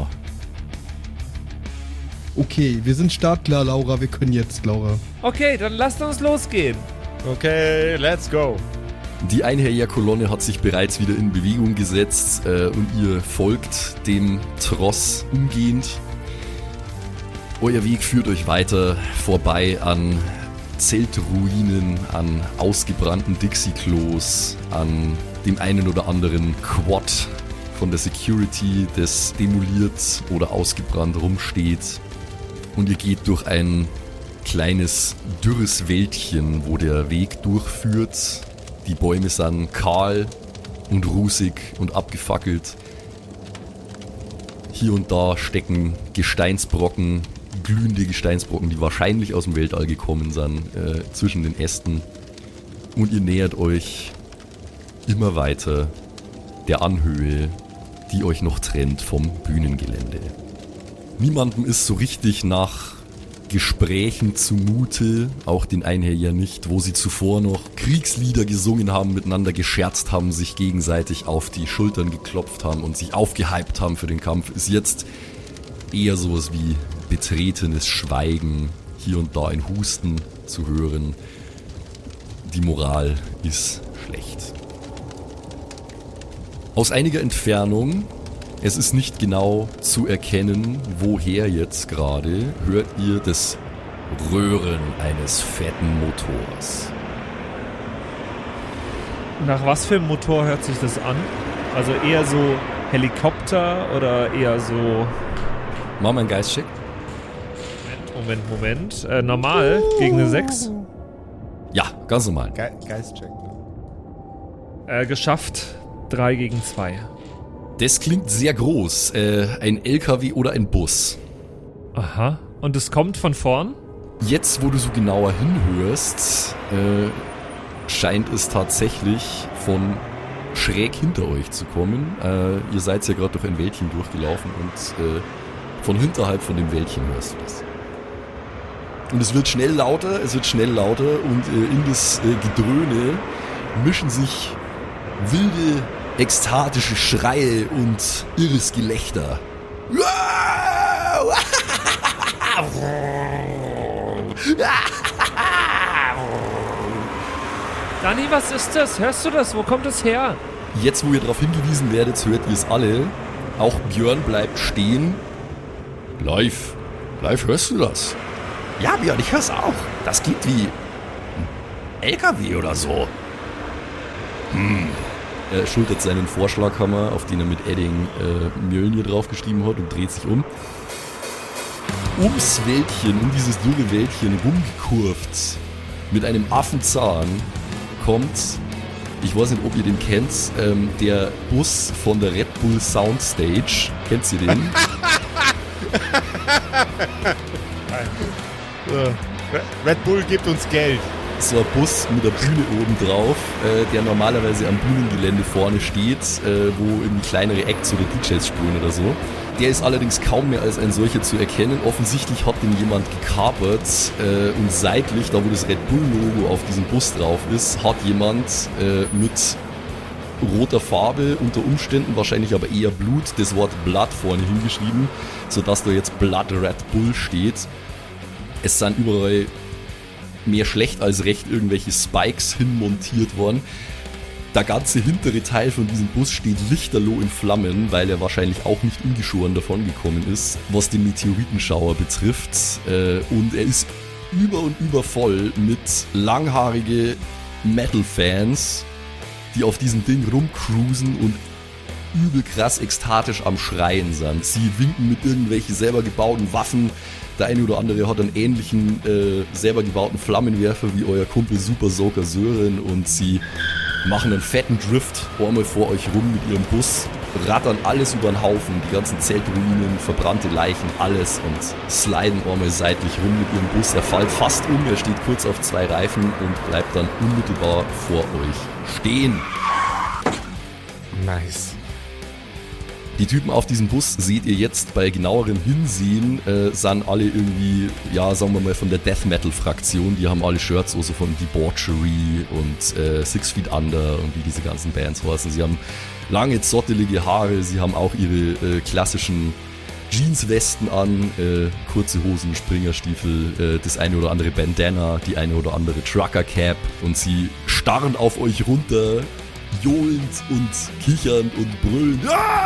[SPEAKER 5] Okay, wir sind startklar, Laura. Wir können jetzt, Laura.
[SPEAKER 3] Okay, dann lasst uns losgehen.
[SPEAKER 4] Okay, let's go.
[SPEAKER 1] Die Einherjerkolonne hat sich bereits wieder in Bewegung gesetzt und ihr folgt dem Tross umgehend. Euer Weg führt euch weiter vorbei an Zeltruinen, an ausgebrannten Dixie-Klos, an dem einen oder anderen Quad von der Security, das demoliert oder ausgebrannt rumsteht. Und ihr geht durch ein kleines, dürres Wäldchen, wo der Weg durchführt. Die Bäume sind kahl und rußig und abgefackelt. Hier und da stecken Gesteinsbrocken, glühende Gesteinsbrocken, die wahrscheinlich aus dem Weltall gekommen sind, zwischen den Ästen. Und ihr nähert euch immer weiter der Anhöhe, die euch noch trennt vom Bühnengelände. Niemandem ist so richtig nach Gesprächen zumute, auch den Einherjer nicht, wo sie zuvor noch Kriegslieder gesungen haben, miteinander gescherzt haben, sich gegenseitig auf die Schultern geklopft haben und sich aufgehypt haben für den Kampf, ist jetzt eher sowas wie betretenes Schweigen, hier und da ein Husten zu hören. Die Moral ist schlecht. Aus einiger Entfernung, es ist nicht genau zu erkennen, woher jetzt gerade, hört ihr das Röhren eines fetten Motors.
[SPEAKER 3] Nach was für einem Motor hört sich das an? Also eher so Helikopter oder eher so...
[SPEAKER 1] Mach mal einen Geistcheck.
[SPEAKER 3] Moment. Normal gegen eine 6.
[SPEAKER 1] Ja, ganz normal.
[SPEAKER 4] Geistcheck.
[SPEAKER 3] Geschafft. 3 gegen 2.
[SPEAKER 1] Das klingt sehr groß. Ein LKW oder ein Bus.
[SPEAKER 3] Aha. Und es kommt von vorn?
[SPEAKER 1] Jetzt, wo du so genauer hinhörst, scheint es tatsächlich von schräg hinter euch zu kommen. Ihr seid ja gerade durch ein Wäldchen durchgelaufen und von hinterhalb von dem Wäldchen hörst du das. Und es wird schnell lauter und in das Gedröhne mischen sich wilde, ekstatische Schreie und irres Gelächter.
[SPEAKER 3] Dani, was ist das? Hörst du das? Wo kommt es her?
[SPEAKER 1] Jetzt, wo ihr darauf hingewiesen werdet, hört ihr es alle. Auch Björn bleibt stehen. Live, hörst du das? Ja, Björn, ich hör's auch. Das klingt wie ein LKW oder so. Er schultert seinen Vorschlaghammer, auf den er mit Edding Mjölnir draufgeschrieben hat, und dreht sich um. Ums Wäldchen, um dieses dürre Wäldchen rumgekurvt, mit einem Affenzahn, kommt, ich weiß nicht, ob ihr den kennt, der Bus von der Red Bull Soundstage. Kennt ihr den?
[SPEAKER 4] Red Bull gibt uns Geld.
[SPEAKER 1] So ein Bus mit der Bühne oben drauf, der normalerweise am Bühnengelände vorne steht, wo eben kleinere Acts oder DJs spielen oder so. Der ist allerdings kaum mehr als ein solcher zu erkennen. Offensichtlich hat den jemand gekapert und seitlich, da wo das Red Bull-Logo auf diesem Bus drauf ist, hat jemand mit roter Farbe, unter Umständen wahrscheinlich aber eher Blut, das Wort Blood vorne hingeschrieben, sodass da jetzt Blood Red Bull steht. Es sind überall mehr schlecht als recht irgendwelche Spikes hinmontiert worden. Der ganze hintere Teil von diesem Bus steht lichterloh in Flammen, weil er wahrscheinlich auch nicht ungeschoren davon gekommen ist, was den Meteoritenschauer betrifft. Und er ist über und über voll mit langhaarige Metal-Fans, die auf diesem Ding rumcruisen und übel krass ekstatisch am Schreien sind. Sie winken mit irgendwelchen selber gebauten Waffen. Der eine oder andere hat einen ähnlichen selber gebauten Flammenwerfer wie euer Kumpel Super Soaker Sören und sie machen einen fetten Drift einmal vor euch rum mit ihrem Bus, rattern alles über den Haufen, die ganzen Zeltruinen, verbrannte Leichen, alles und sliden einmal seitlich rum mit ihrem Bus. Er fällt fast um, er steht kurz auf 2 Reifen und bleibt dann unmittelbar vor euch stehen.
[SPEAKER 4] Nice.
[SPEAKER 1] Die Typen auf diesem Bus seht ihr jetzt bei genauerem Hinsehen, sind alle irgendwie, ja, sagen wir mal von der Death Metal Fraktion. Die haben alle Shirts also von Debauchery und 6 Feet Under und wie diese ganzen Bands heißen. Sie haben lange, zottelige Haare, sie haben auch ihre klassischen Jeanswesten an, kurze Hosen, Springerstiefel, das eine oder andere Bandana, die eine oder andere Trucker Cap und sie starren auf euch runter, johlend und kichernd und brüllend.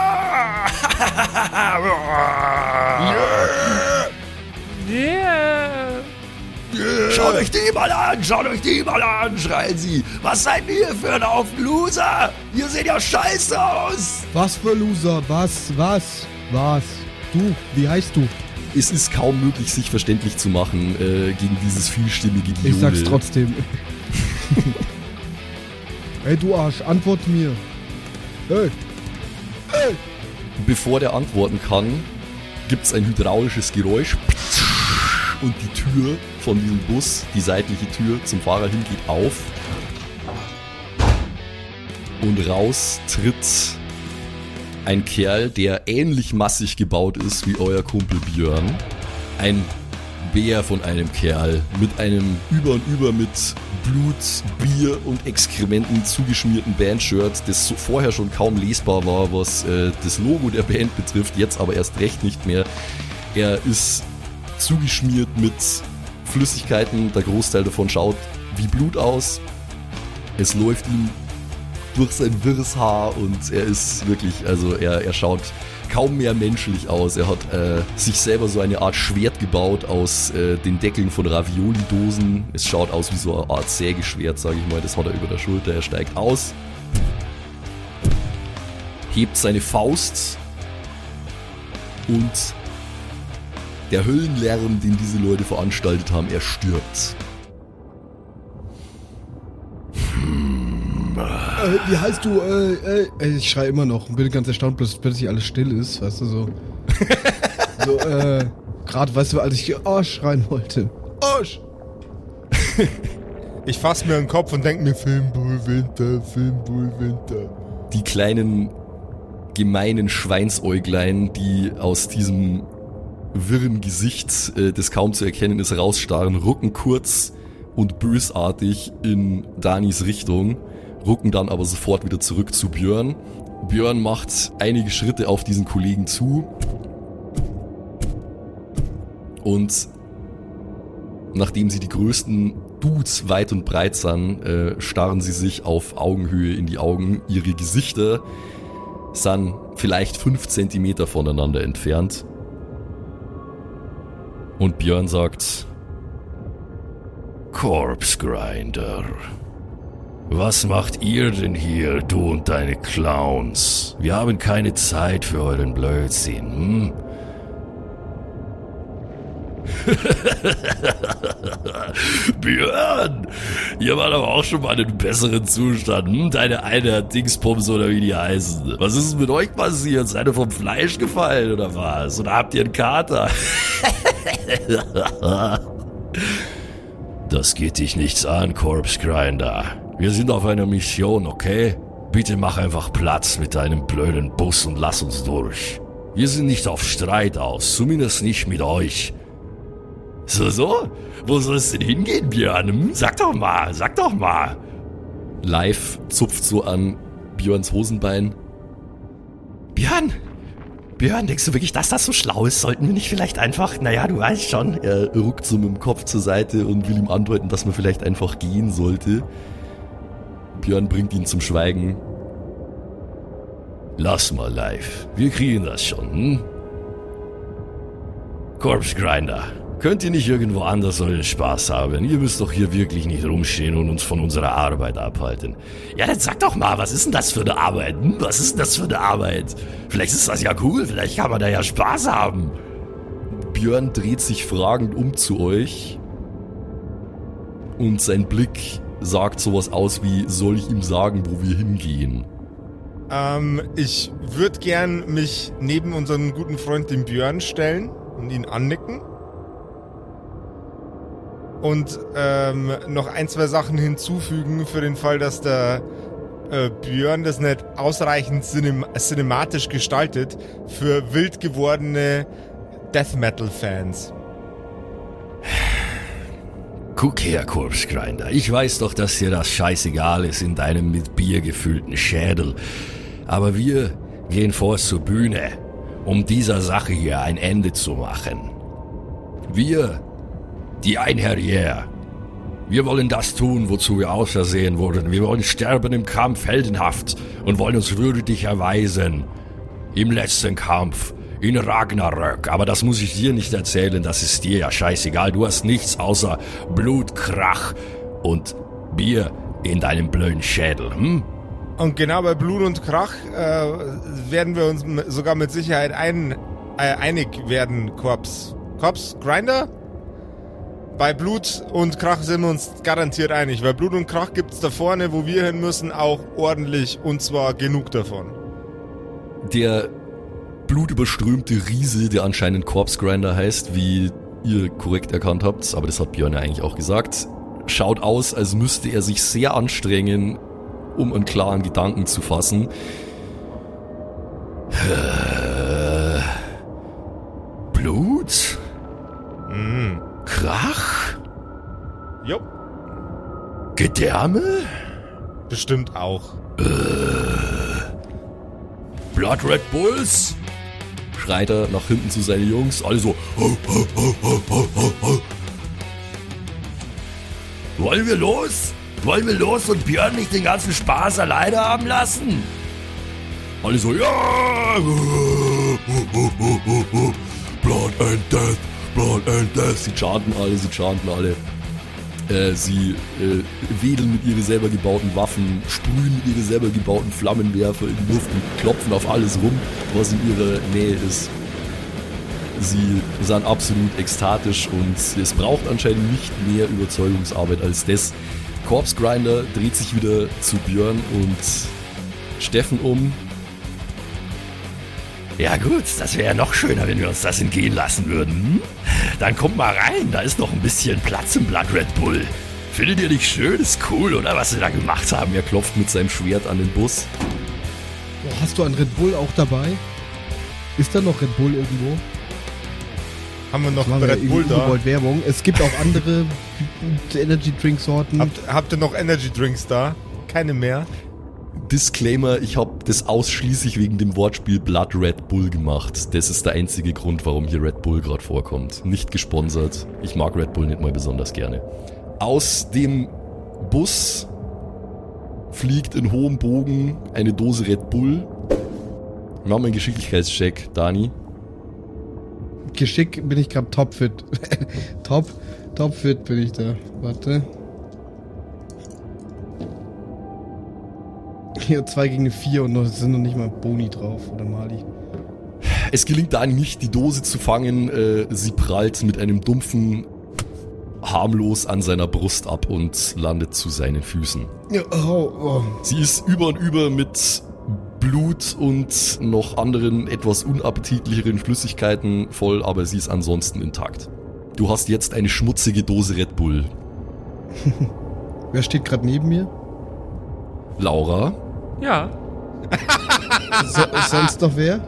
[SPEAKER 1] Schaut euch die mal an, schreien sie. Was seid ihr für ein Haufen Loser? Ihr seht ja scheiße aus.
[SPEAKER 5] Was für Loser? Was? Du, wie heißt du?
[SPEAKER 1] Es ist kaum möglich, sich verständlich zu machen gegen dieses vielstimmige Gejohle.
[SPEAKER 5] Ich sag's trotzdem. Hey, du Arsch, antwort mir. Hey.
[SPEAKER 1] Bevor der antworten kann, gibt's ein hydraulisches Geräusch und die Tür von diesem Bus, die seitliche Tür zum Fahrer hin, geht auf und raus tritt ein Kerl, der ähnlich massig gebaut ist wie euer Kumpel Björn. Ein Bär von einem Kerl mit einem über und über mit Blut, Bier und Exkrementen zugeschmierten Bandshirt, das so vorher schon kaum lesbar war, was das Logo der Band betrifft, jetzt aber erst recht nicht mehr. Er ist zugeschmiert mit Flüssigkeiten, der Großteil davon schaut wie Blut aus. Es läuft ihm durch sein wirres Haar und er ist wirklich, also er schaut kaum mehr menschlich aus. Er hat sich selber so eine Art Schwert gebaut aus den Deckeln von Ravioli-Dosen. Es schaut aus wie so eine Art Sägeschwert, sage ich mal. Das hat er über der Schulter. Er steigt aus, hebt seine Faust und der Höllenlärm, den diese Leute veranstaltet haben, er stirbt.
[SPEAKER 5] Wie heißt du? Ich schreie immer noch und bin ganz erstaunt, bis plötzlich alles still ist, weißt du, so. So, gerade, weißt du, als ich Arsch schreien wollte. Arsch!
[SPEAKER 4] Ich fass mir den Kopf und denk mir, Filmbullwinter.
[SPEAKER 1] Die kleinen, gemeinen Schweinsäuglein, die aus diesem wirren Gesicht, das kaum zu erkennen ist, rausstarren, rucken kurz und bösartig in Danis Richtung, rucken dann aber sofort wieder zurück zu Björn. Björn macht einige Schritte auf diesen Kollegen zu und nachdem sie die größten Dudes weit und breit sind, starren sie sich auf Augenhöhe in die Augen. Ihre Gesichter sind vielleicht 5 Zentimeter voneinander entfernt. Und Björn sagt: Corpse Grinder, was macht ihr denn hier, du und deine Clowns? Wir haben keine Zeit für euren Blödsinn, hm? Björn, ihr wart aber auch schon mal in einem besseren Zustand, hm? Deine eine Dingspumps oder wie die heißen. Was ist denn mit euch passiert? Seid ihr vom Fleisch gefallen oder was? Oder habt ihr einen Kater? Das geht dich nichts an, Corpse Grinder. Wir sind auf einer Mission, okay? Bitte mach einfach Platz mit deinem blöden Bus und lass uns durch. Wir sind nicht auf Streit aus, zumindest nicht mit euch. So? Wo soll es denn hingehen, Björn? Sag doch mal. Live zupft so an Björns Hosenbein. Björn, denkst du wirklich, dass das so schlau ist? Sollten wir nicht vielleicht einfach, naja, du weißt schon. Er rückt so mit dem Kopf zur Seite und will ihm andeuten, dass man vielleicht einfach gehen sollte. Björn bringt ihn zum Schweigen. Lass mal, Live. Wir kriegen das schon, hm? Corpse Grinder, Könnt ihr nicht irgendwo anders euren Spaß haben? Ihr müsst doch hier wirklich nicht rumstehen und uns von unserer Arbeit abhalten. Ja, dann sag doch mal, was ist denn das für eine Arbeit? Was ist denn das für eine Arbeit? Vielleicht ist das ja cool, vielleicht kann man da ja Spaß haben. Björn dreht sich fragend um zu euch und sein Blick sagt sowas aus wie, soll ich ihm sagen, wo wir hingehen?
[SPEAKER 4] Ich würde gern mich neben unseren guten Freund, den Björn, stellen und ihn annicken. Und noch 1, 2 Sachen hinzufügen für den Fall, dass der Björn das nicht ausreichend cinematisch gestaltet für wild gewordene Death Metal Fans.
[SPEAKER 1] Guck her, Corpse Grinder. Ich weiß doch, dass dir das scheißegal ist in deinem mit Bier gefüllten Schädel. Aber wir gehen vor zur Bühne, um dieser Sache hier ein Ende zu machen. Wir, die Einherjer, wir wollen das tun, wozu wir ausersehen wurden. Wir wollen sterben im Kampf heldenhaft und wollen uns würdig erweisen. Im letzten Kampf, in Ragnarök. Aber das muss ich dir nicht erzählen, das ist dir ja scheißegal. Du hast nichts außer Blut, Krach und Bier in deinem blöden Schädel, hm?
[SPEAKER 4] Und genau bei Blut und Krach werden wir uns sogar mit Sicherheit einig werden, Corpse Grinder? Bei Blut und Krach sind wir uns garantiert einig, weil Blut und Krach gibt's da vorne, wo wir hin müssen, auch ordentlich, und zwar genug davon.
[SPEAKER 1] Der blutüberströmte Riese, der anscheinend Corpse Grinder heißt, wie ihr korrekt erkannt habt, aber das hat Björn ja eigentlich auch gesagt, schaut aus, als müsste er sich sehr anstrengen, um einen klaren Gedanken zu fassen. Blut? Krach?
[SPEAKER 4] Jo.
[SPEAKER 1] Gedärme?
[SPEAKER 4] Bestimmt auch.
[SPEAKER 1] Blood Red Bulls? Schreit er nach hinten zu seinen Jungs. Alle so. Ho, ho, ho, ho, ho, ho, ho. Wollen wir los? Wollen wir los und Björn nicht den ganzen Spaß alleine haben lassen? Alle so, ja! Blood and Death, Blood and Death. Sie chanten alle. Sie wedeln mit ihren selber gebauten Waffen, sprühen mit ihren selber gebauten Flammenwerfer in die Luft und klopfen auf alles rum, was in ihrer Nähe ist. Sie sind absolut ekstatisch und es braucht anscheinend nicht mehr Überzeugungsarbeit als das. Corpse Grinder dreht sich wieder zu Björn und Steffen um. Ja gut, das wäre ja noch schöner, wenn wir uns das entgehen lassen würden. Dann kommt mal rein, da ist noch ein bisschen Platz im Blood Red Bull. Findet ihr nicht schön? Ist cool, oder was sie da gemacht haben? Er klopft mit seinem Schwert an den Bus.
[SPEAKER 5] Hast du einen Red Bull auch dabei? Ist da noch Red Bull irgendwo?
[SPEAKER 4] Haben wir noch Red Bull da?
[SPEAKER 5] Werbung. Es gibt auch andere Energy Drink Sorten.
[SPEAKER 4] Habt ihr noch Energy Drinks da? Keine mehr?
[SPEAKER 1] Disclaimer, ich habe das ausschließlich wegen dem Wortspiel Blood Red Bull gemacht. Das ist der einzige Grund, warum hier Red Bull gerade vorkommt. Nicht gesponsert. Ich mag Red Bull nicht mal besonders gerne. Aus dem Bus fliegt in hohem Bogen eine Dose Red Bull. Mach mal einen Geschicklichkeitscheck, Dani.
[SPEAKER 5] Geschick bin ich gerade topfit. Topfit bin ich da. Warte. Hier 2 gegen eine 4 und es sind noch nicht mal Boni drauf oder Mali.
[SPEAKER 1] Es gelingt Dani nicht, die Dose zu fangen. Sie prallt mit einem dumpfen harmlos an seiner Brust ab und landet zu seinen Füßen. Sie ist über und über mit Blut und noch anderen etwas unappetitlicheren Flüssigkeiten voll, aber sie ist ansonsten intakt. Du hast jetzt eine schmutzige Dose Red Bull.
[SPEAKER 5] Wer steht gerade neben mir?
[SPEAKER 1] Laura?
[SPEAKER 3] Ja.
[SPEAKER 5] Sonst noch wer?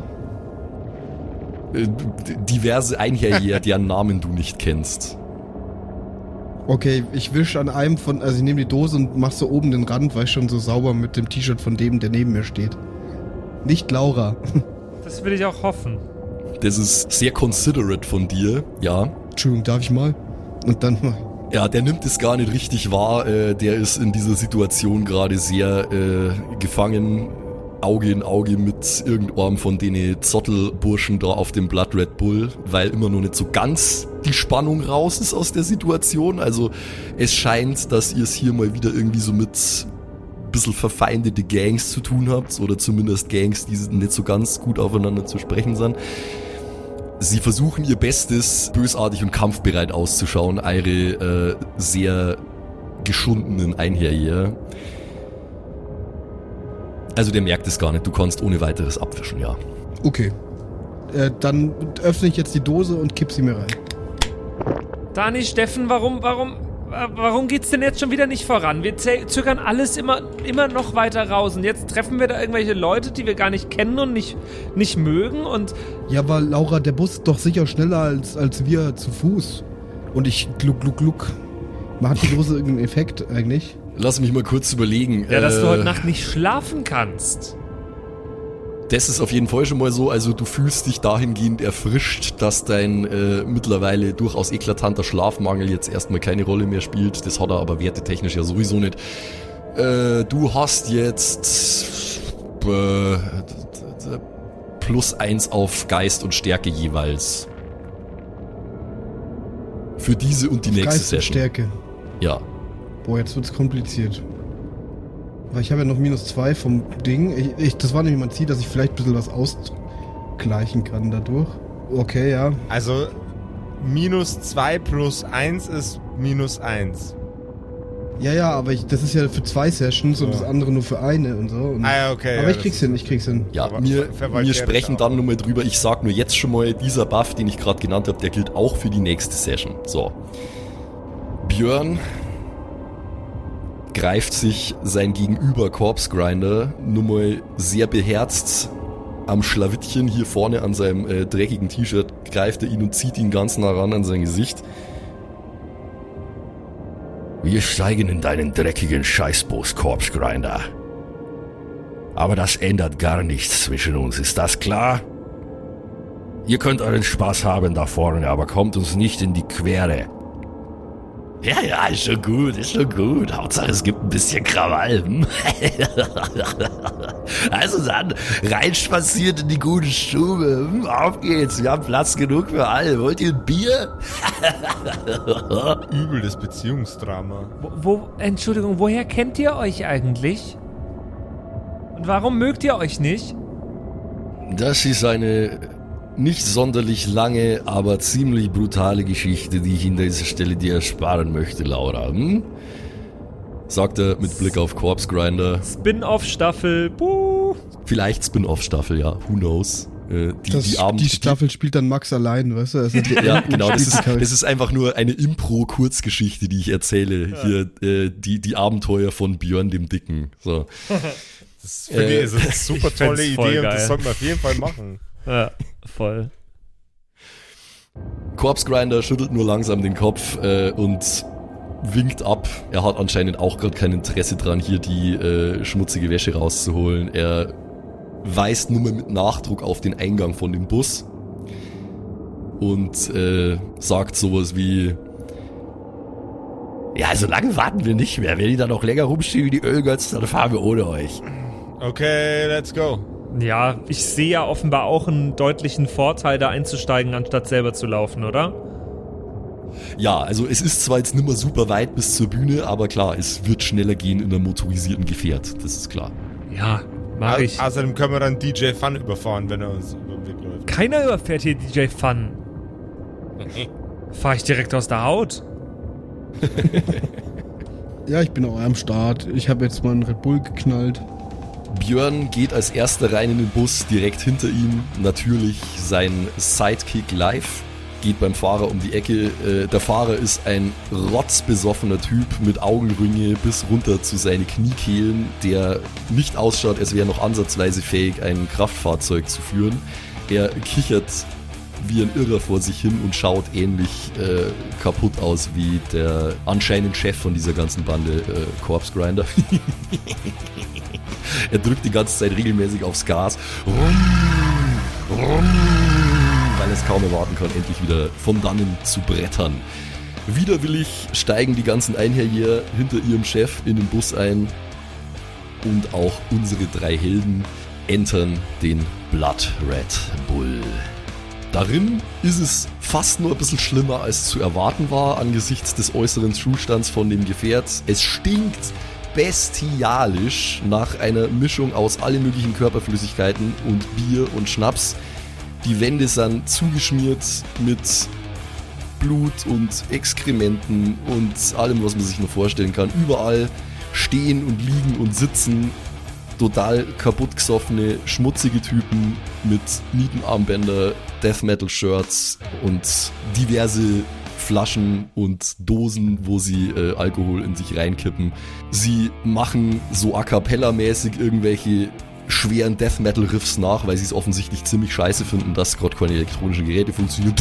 [SPEAKER 1] Diverse Einherjer, deren Namen du nicht kennst.
[SPEAKER 5] Okay, ich wisch an einem also ich nehme die Dose und mach so oben den Rand, weil ich schon so sauber mit dem T-Shirt von dem, der neben mir steht. Nicht Laura.
[SPEAKER 3] Das will ich auch hoffen.
[SPEAKER 1] Das ist sehr considerate von dir, ja.
[SPEAKER 5] Entschuldigung, darf ich mal? Und dann mal.
[SPEAKER 1] Ja, der nimmt es gar nicht richtig wahr. Der ist in dieser Situation gerade sehr gefangen. Auge in Auge mit irgendeinem von den Zottelburschen da auf dem Blood Red Bull, weil immer noch nicht so ganz die Spannung raus ist aus der Situation. Also es scheint, dass ihr es hier mal wieder irgendwie so mit ein bisschen verfeindete Gangs zu tun habt oder zumindest Gangs, die nicht so ganz gut aufeinander zu sprechen sind. Sie versuchen ihr Bestes, bösartig und kampfbereit auszuschauen, eure sehr geschundenen Einherjäger. Also der merkt es gar nicht, du kannst ohne weiteres abwischen, ja.
[SPEAKER 5] Okay. Dann öffne ich jetzt die Dose und kipp sie mir rein.
[SPEAKER 3] Dani, Steffen, warum geht's denn jetzt schon wieder nicht voran? Wir zögern alles immer noch weiter raus. Und jetzt treffen wir da irgendwelche Leute, die wir gar nicht kennen und nicht mögen und...
[SPEAKER 5] Ja, aber Laura, der Bus ist doch sicher schneller als wir zu Fuß. Und ich gluck. Macht die Dose irgendeinen Effekt eigentlich?
[SPEAKER 1] Lass mich mal kurz überlegen.
[SPEAKER 3] Ja, dass du heute Nacht nicht schlafen kannst.
[SPEAKER 1] Das ist auf jeden Fall schon mal so, also du fühlst dich dahingehend erfrischt, dass dein mittlerweile durchaus eklatanter Schlafmangel jetzt erstmal keine Rolle mehr spielt. Das hat er aber wertetechnisch ja sowieso nicht. Du hast jetzt +1 auf Geist und Stärke jeweils. Für diese und die nächste
[SPEAKER 5] Geist und
[SPEAKER 1] Session.
[SPEAKER 5] Stärke.
[SPEAKER 1] Ja.
[SPEAKER 5] Boah, jetzt wird's kompliziert. Weil ich habe ja noch -2 vom Ding. Das war nämlich mein Ziel, dass ich vielleicht ein bisschen was ausgleichen kann dadurch. Okay, ja.
[SPEAKER 4] Also -2 + 1 ist -1.
[SPEAKER 5] Ja, aber das ist ja für 2 Sessions und das andere nur für eine und so. Und
[SPEAKER 4] Okay.
[SPEAKER 5] aber
[SPEAKER 4] ja,
[SPEAKER 5] ich krieg's hin.
[SPEAKER 1] Ja, wir sprechen dann nochmal drüber. Ich sag nur jetzt schon mal, dieser Buff, den ich gerade genannt habe, der gilt auch für die nächste Session. So. Björn greift sich sein Gegenüber Corpse Grinder nur mal sehr beherzt am Schlawittchen hier vorne an seinem dreckigen T-Shirt, greift er ihn und zieht ihn ganz nah ran an sein Gesicht. Wir steigen in deinen dreckigen Scheißbus, Corpse Grinder. Aber das ändert gar nichts zwischen uns, ist das klar? Ihr könnt euren Spaß haben da vorne, aber kommt uns nicht in die Quere. Ja, ist schon gut. Hauptsache es gibt ein bisschen Krawall. Also dann, reinspaziert in die gute Stube. Auf geht's, wir haben Platz genug für alle. Wollt ihr ein Bier?
[SPEAKER 4] Übel, das Beziehungsdrama.
[SPEAKER 3] Entschuldigung, woher kennt ihr euch eigentlich? Und warum mögt ihr euch nicht?
[SPEAKER 1] Das ist eine nicht sonderlich lange, aber ziemlich brutale Geschichte, die ich an dieser Stelle dir ersparen möchte, Laura. Sagt er mit Blick auf Corpse Grinder.
[SPEAKER 3] Spin-off-Staffel, buh.
[SPEAKER 1] Vielleicht Spin-off-Staffel, ja, who knows.
[SPEAKER 5] Die Staffel spielt dann Max allein, weißt du? Also
[SPEAKER 1] ja, genau, das ist einfach nur eine Impro-Kurzgeschichte, die ich erzähle. Ja. Hier, die Abenteuer von Björn dem Dicken. So.
[SPEAKER 4] Das finde ich ist eine super tolle Idee und das sollten wir auf jeden Fall machen.
[SPEAKER 3] Ja, voll.
[SPEAKER 1] Corpse Grinder schüttelt nur langsam den Kopf und winkt ab. Er hat anscheinend auch gerade kein Interesse dran, hier die schmutzige Wäsche rauszuholen. Er weist nur mal mit Nachdruck auf den Eingang von dem Bus und sagt sowas wie: Ja, so lange warten wir nicht mehr. Wenn die da noch länger rumstehen wie die Ölgötzen, dann fahren wir ohne euch.
[SPEAKER 4] Okay, let's go.
[SPEAKER 3] Ja, ich sehe ja offenbar auch einen deutlichen Vorteil, da einzusteigen, anstatt selber zu laufen, oder?
[SPEAKER 1] Ja, also es ist zwar jetzt nicht mehr super weit bis zur Bühne, aber klar, es wird schneller gehen in einem motorisierten Gefährt, das ist klar.
[SPEAKER 3] Ja, mach ich.
[SPEAKER 4] Außerdem können wir dann DJ Fun überfahren, wenn er uns über den Weg läuft.
[SPEAKER 3] Keiner überfährt hier DJ Fun. Fahr ich direkt aus der Haut.
[SPEAKER 5] Ja, ich bin auch am Start. Ich habe jetzt mal einen Red Bull geknallt.
[SPEAKER 1] Björn geht als erster rein in den Bus, direkt hinter ihm natürlich sein Sidekick live, geht beim Fahrer um die Ecke. Der Fahrer ist ein rotzbesoffener Typ mit Augenringe bis runter zu seinen Kniekehlen, der nicht ausschaut, als wäre er noch ansatzweise fähig, ein Kraftfahrzeug zu führen. Er kichert wie ein Irrer vor sich hin und schaut ähnlich kaputt aus wie der anscheinend Chef von dieser ganzen Bande, Corpse Grinder. Er drückt die ganze Zeit regelmäßig aufs Gas, weil er es kaum erwarten kann, endlich wieder von dannen zu brettern. Widerwillig steigen die ganzen Einherjäger hinter ihrem Chef in den Bus ein und auch unsere 3 Helden entern den Blood Red Bull. Darin ist es fast nur ein bisschen schlimmer, als zu erwarten war angesichts des äußeren Zustands von dem Gefährt. Es stinkt bestialisch nach einer Mischung aus allen möglichen Körperflüssigkeiten und Bier und Schnaps. Die Wände sind zugeschmiert mit Blut und Exkrementen und allem, was man sich nur vorstellen kann. Überall stehen und liegen und sitzen total kaputt gesoffene, schmutzige Typen mit Nietenarmbänder, Death Metal Shirts und diverse Flaschen und Dosen, wo sie Alkohol in sich reinkippen. Sie machen so a cappella-mäßig irgendwelche schweren Death Metal Riffs nach, weil sie es offensichtlich ziemlich scheiße finden, dass gerade keine elektronischen Geräte funktionieren.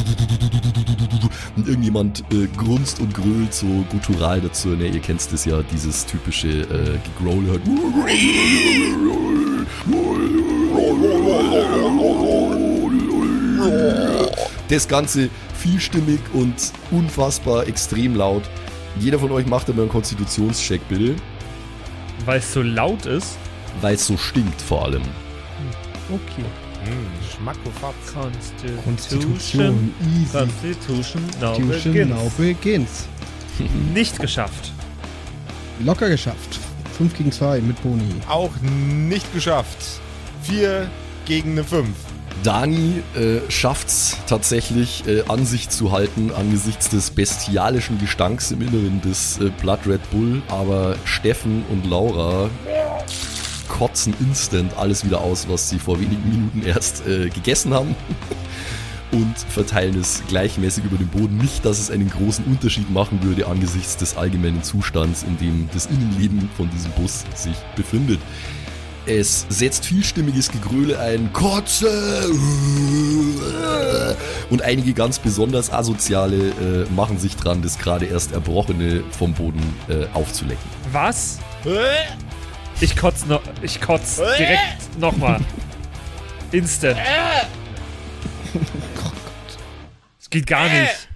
[SPEAKER 1] Und irgendjemand grunzt und grölt so guttural dazu. Ne, ihr kennt das ja, dieses typische Gegrowl halt. Das Ganze vielstimmig und unfassbar extrem laut. Jeder von euch macht einmal einen Konstitutionscheck, bitte.
[SPEAKER 3] Weil es so laut ist?
[SPEAKER 1] Weil es so stinkt vor allem.
[SPEAKER 3] Okay.
[SPEAKER 4] Schmackofatz.
[SPEAKER 5] Konstitution. Easy.
[SPEAKER 3] Constitution
[SPEAKER 5] Now begins.
[SPEAKER 3] Nicht geschafft.
[SPEAKER 5] Locker geschafft. 5 gegen 2 mit Boni.
[SPEAKER 4] Auch nicht geschafft. 4 gegen eine 5.
[SPEAKER 1] Dani schafft's tatsächlich, an sich zu halten angesichts des bestialischen Gestanks im Inneren des Blood Red Bull, aber Steffen und Laura kotzen instant alles wieder aus, was sie vor wenigen Minuten erst gegessen haben und verteilen es gleichmäßig über den Boden. Nicht, dass es einen großen Unterschied machen würde angesichts des allgemeinen Zustands, in dem das Innenleben von diesem Bus sich befindet. Es setzt vielstimmiges Gegröle ein, Kotze! Und einige ganz besonders Asoziale machen sich dran, das gerade erst Erbrochene vom Boden aufzulecken.
[SPEAKER 3] Was? Ich kotz direkt nochmal. Instant. Das geht gar nicht.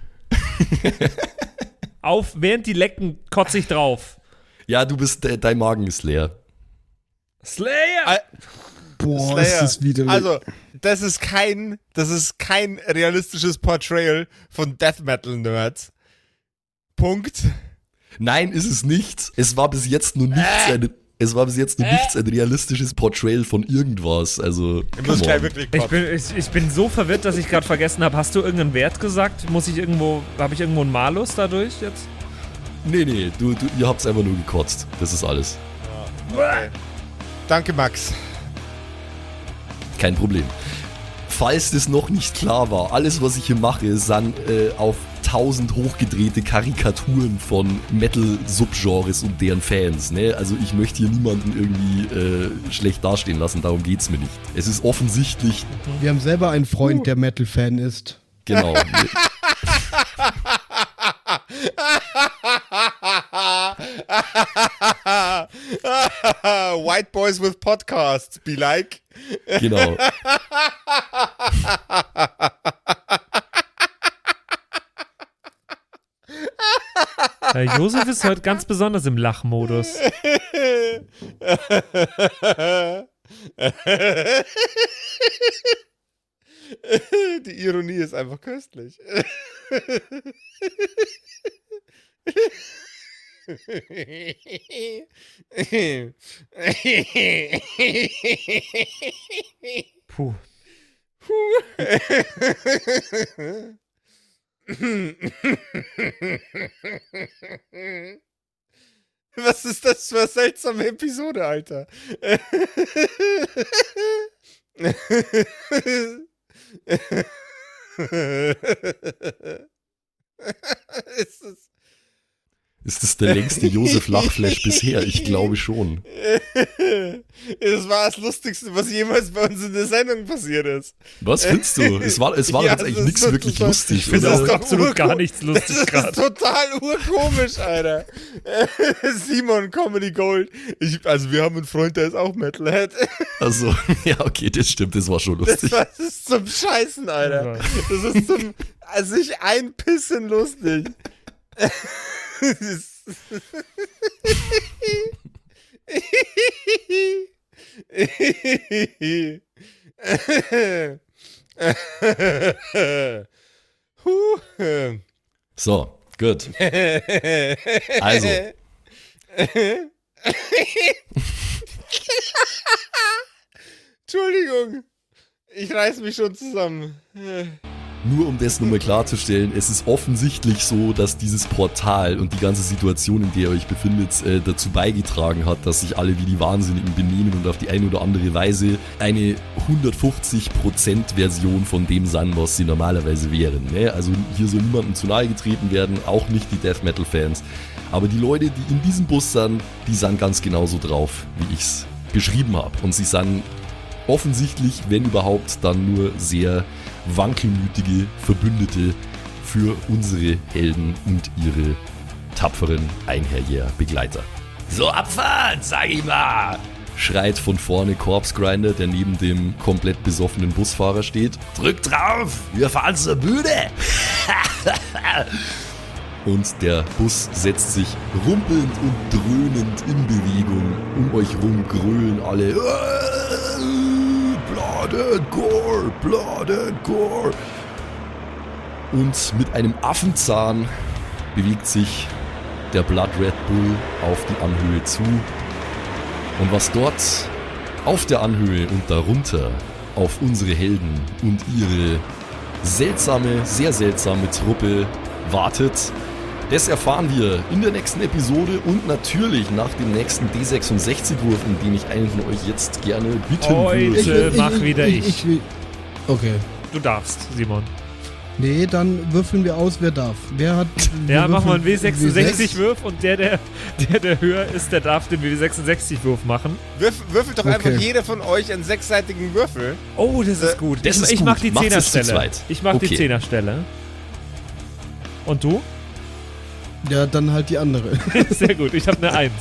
[SPEAKER 3] Während die lecken, kotze ich drauf.
[SPEAKER 1] Ja, dein Magen ist leer.
[SPEAKER 3] Slayer!
[SPEAKER 5] Boah,
[SPEAKER 4] Slayer.
[SPEAKER 5] ist das widerlich.
[SPEAKER 4] Also, das ist kein realistisches Portrayal von Death Metal Nerds. Punkt.
[SPEAKER 1] Nein, ist es nicht. Es war bis jetzt nur nichts ein realistisches Portrayal von irgendwas. Also,
[SPEAKER 4] Ich muss gleich wirklich kotzen.
[SPEAKER 3] Ich bin so verwirrt, dass ich gerade vergessen habe. Hast du irgendeinen Wert gesagt? Habe ich irgendwo einen Malus dadurch jetzt?
[SPEAKER 1] Nee, ihr habt's einfach nur gekotzt. Das ist alles.
[SPEAKER 4] Okay. Danke, Max.
[SPEAKER 1] Kein Problem. Falls das noch nicht klar war, alles, was ich hier mache, sind auf 1000 hochgedrehte Karikaturen von Metal-Subgenres und deren Fans. Ne? Also ich möchte hier niemanden irgendwie schlecht dastehen lassen, darum geht's mir nicht. Es ist offensichtlich...
[SPEAKER 5] Wir haben selber einen Freund, der Metal-Fan ist.
[SPEAKER 1] Genau.
[SPEAKER 4] White boys with podcasts, be like.
[SPEAKER 1] Genau.
[SPEAKER 3] Josef ist heute ganz besonders im Lachmodus.
[SPEAKER 4] Die Ironie ist einfach köstlich.
[SPEAKER 3] Puh.
[SPEAKER 4] Was ist das für eine seltsame Episode, Alter?
[SPEAKER 1] Ist das der längste Josef-Lachflash bisher? Ich glaube schon.
[SPEAKER 4] Das war das Lustigste, was jemals bei uns in der Sendung passiert ist.
[SPEAKER 1] Was findest du? Es war
[SPEAKER 4] Ja,
[SPEAKER 1] jetzt eigentlich nichts
[SPEAKER 4] so-
[SPEAKER 1] wirklich
[SPEAKER 4] so-
[SPEAKER 1] lustig.
[SPEAKER 3] Ich finde
[SPEAKER 4] Das
[SPEAKER 3] auch
[SPEAKER 4] ist doch
[SPEAKER 3] absolut gar nichts lustig
[SPEAKER 4] Das ist
[SPEAKER 3] gerade.
[SPEAKER 4] total urkomisch, Alter. Simon Comedy Gold. Also wir haben einen Freund, der ist auch Metalhead.
[SPEAKER 1] Also, ja, okay, das stimmt, das war schon lustig.
[SPEAKER 4] Das ist zum Scheißen, Alter. Das ist zum sich einpissen lustig.
[SPEAKER 1] So, gut. Also.
[SPEAKER 4] Entschuldigung. Ich reiß mich schon zusammen.
[SPEAKER 1] Nur um das nochmal klarzustellen, es ist offensichtlich so, dass dieses Portal und die ganze Situation, in der ihr euch befindet, dazu beigetragen hat, dass sich alle wie die Wahnsinnigen benehmen und auf die eine oder andere Weise eine 150% Version von dem sind, was sie normalerweise wären. Ne? Also hier soll niemandem zu nahe getreten werden, auch nicht die Death Metal Fans. Aber die Leute, die in diesem Bus sind, die sind ganz genauso drauf, wie ich es beschrieben habe. Und sie sind offensichtlich, wenn überhaupt, dann nur sehr wankelmütige Verbündete für unsere Helden und ihre tapferen Einherjäger-Begleiter. So, Abfahrt, sag ich mal! Schreit von vorne Corpsegrinder, der neben dem komplett besoffenen Busfahrer steht. Drück drauf, wir fahren zur Bühne! Und der Bus setzt sich rumpelnd und dröhnend in Bewegung. Um euch rum grölen alle. Blood and Gore, Blood and Gore. Und mit einem Affenzahn bewegt sich der Blood Red Bull auf die Anhöhe zu. Und was dort auf der Anhöhe und darunter auf unsere Helden und ihre seltsame, sehr seltsame Truppe wartet, das erfahren wir in der nächsten Episode und natürlich nach dem nächsten D66-Wurf, in den ich einen von euch jetzt gerne bitten
[SPEAKER 3] würde. Mach wieder ich.
[SPEAKER 5] Okay.
[SPEAKER 3] Du darfst, Simon.
[SPEAKER 5] Nee, dann würfeln wir aus, wer darf. Wer hat...
[SPEAKER 3] Ja, machen wir einen W66-Wurf und der höher ist, der darf den W66-Wurf machen.
[SPEAKER 4] Würfelt doch einfach jeder von euch einen 6-seitigen Würfel.
[SPEAKER 3] Oh, das ist gut. Ich mach die 10er-Stelle. Ich mach die 10er-Stelle. Und du?
[SPEAKER 5] Ja, dann halt die andere.
[SPEAKER 3] Sehr gut, ich habe eine 1.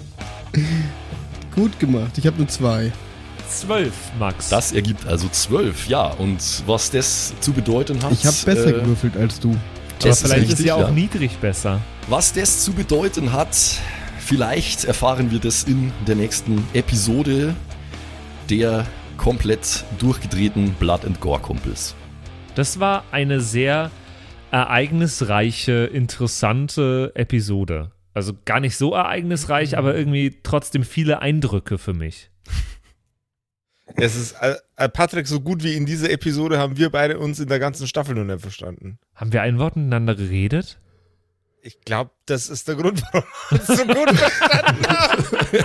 [SPEAKER 5] Gut gemacht, ich habe eine 2.
[SPEAKER 3] 12, Max.
[SPEAKER 1] Das ergibt also 12, ja. Und was das zu bedeuten hat...
[SPEAKER 5] Ich habe besser gewürfelt als du.
[SPEAKER 3] Aber vielleicht ist ja auch niedrig besser.
[SPEAKER 1] Was das zu bedeuten hat, vielleicht erfahren wir das in der nächsten Episode der komplett durchgedrehten Blood and Gore Kumpels.
[SPEAKER 3] Das war eine sehr ereignisreiche, interessante Episode. Also gar nicht so ereignisreich, aber irgendwie trotzdem viele Eindrücke für mich.
[SPEAKER 4] Es ist, Patrick, so gut wie in dieser Episode haben wir beide uns in der ganzen Staffel noch nicht verstanden.
[SPEAKER 3] Haben wir ein Wort miteinander geredet?
[SPEAKER 4] Ich glaube, das ist der Grund, warum wir uns so gut verstanden haben.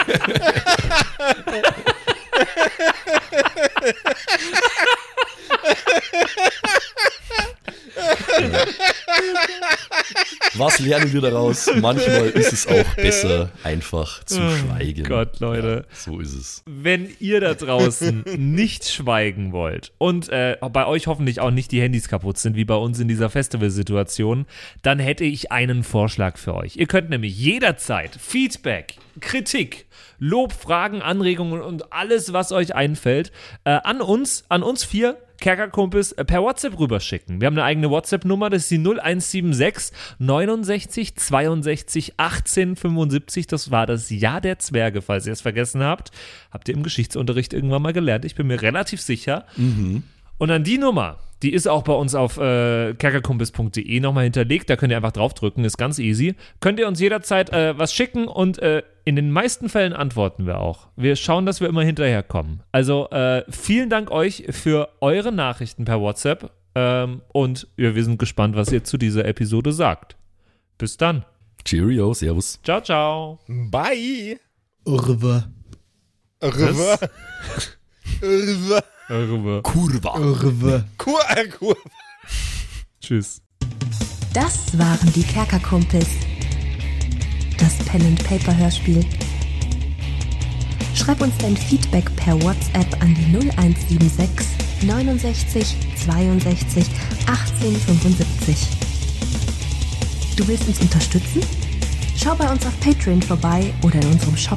[SPEAKER 1] Was lernen wir daraus? Manchmal ist es auch besser, einfach zu schweigen.
[SPEAKER 3] Gott, Leute.
[SPEAKER 1] Ja, so ist es.
[SPEAKER 3] Wenn ihr da draußen nicht schweigen wollt und bei euch hoffentlich auch nicht die Handys kaputt sind, wie bei uns in dieser Festivalsituation, dann hätte ich einen Vorschlag für euch. Ihr könnt nämlich jederzeit Feedback, Kritik, Lob, Fragen, Anregungen und alles, was euch einfällt, an uns 4 Kerkerkumpels per WhatsApp rüberschicken. Wir haben eine eigene WhatsApp-Nummer, das ist die 0176 69 62 18 75. Das war das Jahr der Zwerge, falls ihr es vergessen habt. Habt ihr im Geschichtsunterricht irgendwann mal gelernt. Ich bin mir relativ sicher.
[SPEAKER 1] Mhm. Und
[SPEAKER 3] an die Nummer, die ist auch bei uns auf kerkerkumpels.de nochmal hinterlegt. Da könnt ihr einfach draufdrücken, ist ganz easy. Könnt ihr uns jederzeit was schicken und in den meisten Fällen antworten wir auch. Wir schauen, dass wir immer hinterherkommen. Also vielen Dank euch für eure Nachrichten per WhatsApp und wir sind gespannt, was ihr zu dieser Episode sagt. Bis dann.
[SPEAKER 1] Cheerio, servus.
[SPEAKER 3] Ciao, ciao.
[SPEAKER 4] Bye.
[SPEAKER 5] Au revoir.
[SPEAKER 4] Au revoir. Au revoir.
[SPEAKER 1] Kurva.
[SPEAKER 5] Au revoir.
[SPEAKER 4] Kurva.
[SPEAKER 3] Tschüss.
[SPEAKER 2] Das waren die Kerkerkumpels. Das Pen-and-Paper-Hörspiel. Schreib uns dein Feedback per WhatsApp an die 0176 69 62 18 75. Du willst uns unterstützen? Schau bei uns auf Patreon vorbei oder in unserem Shop.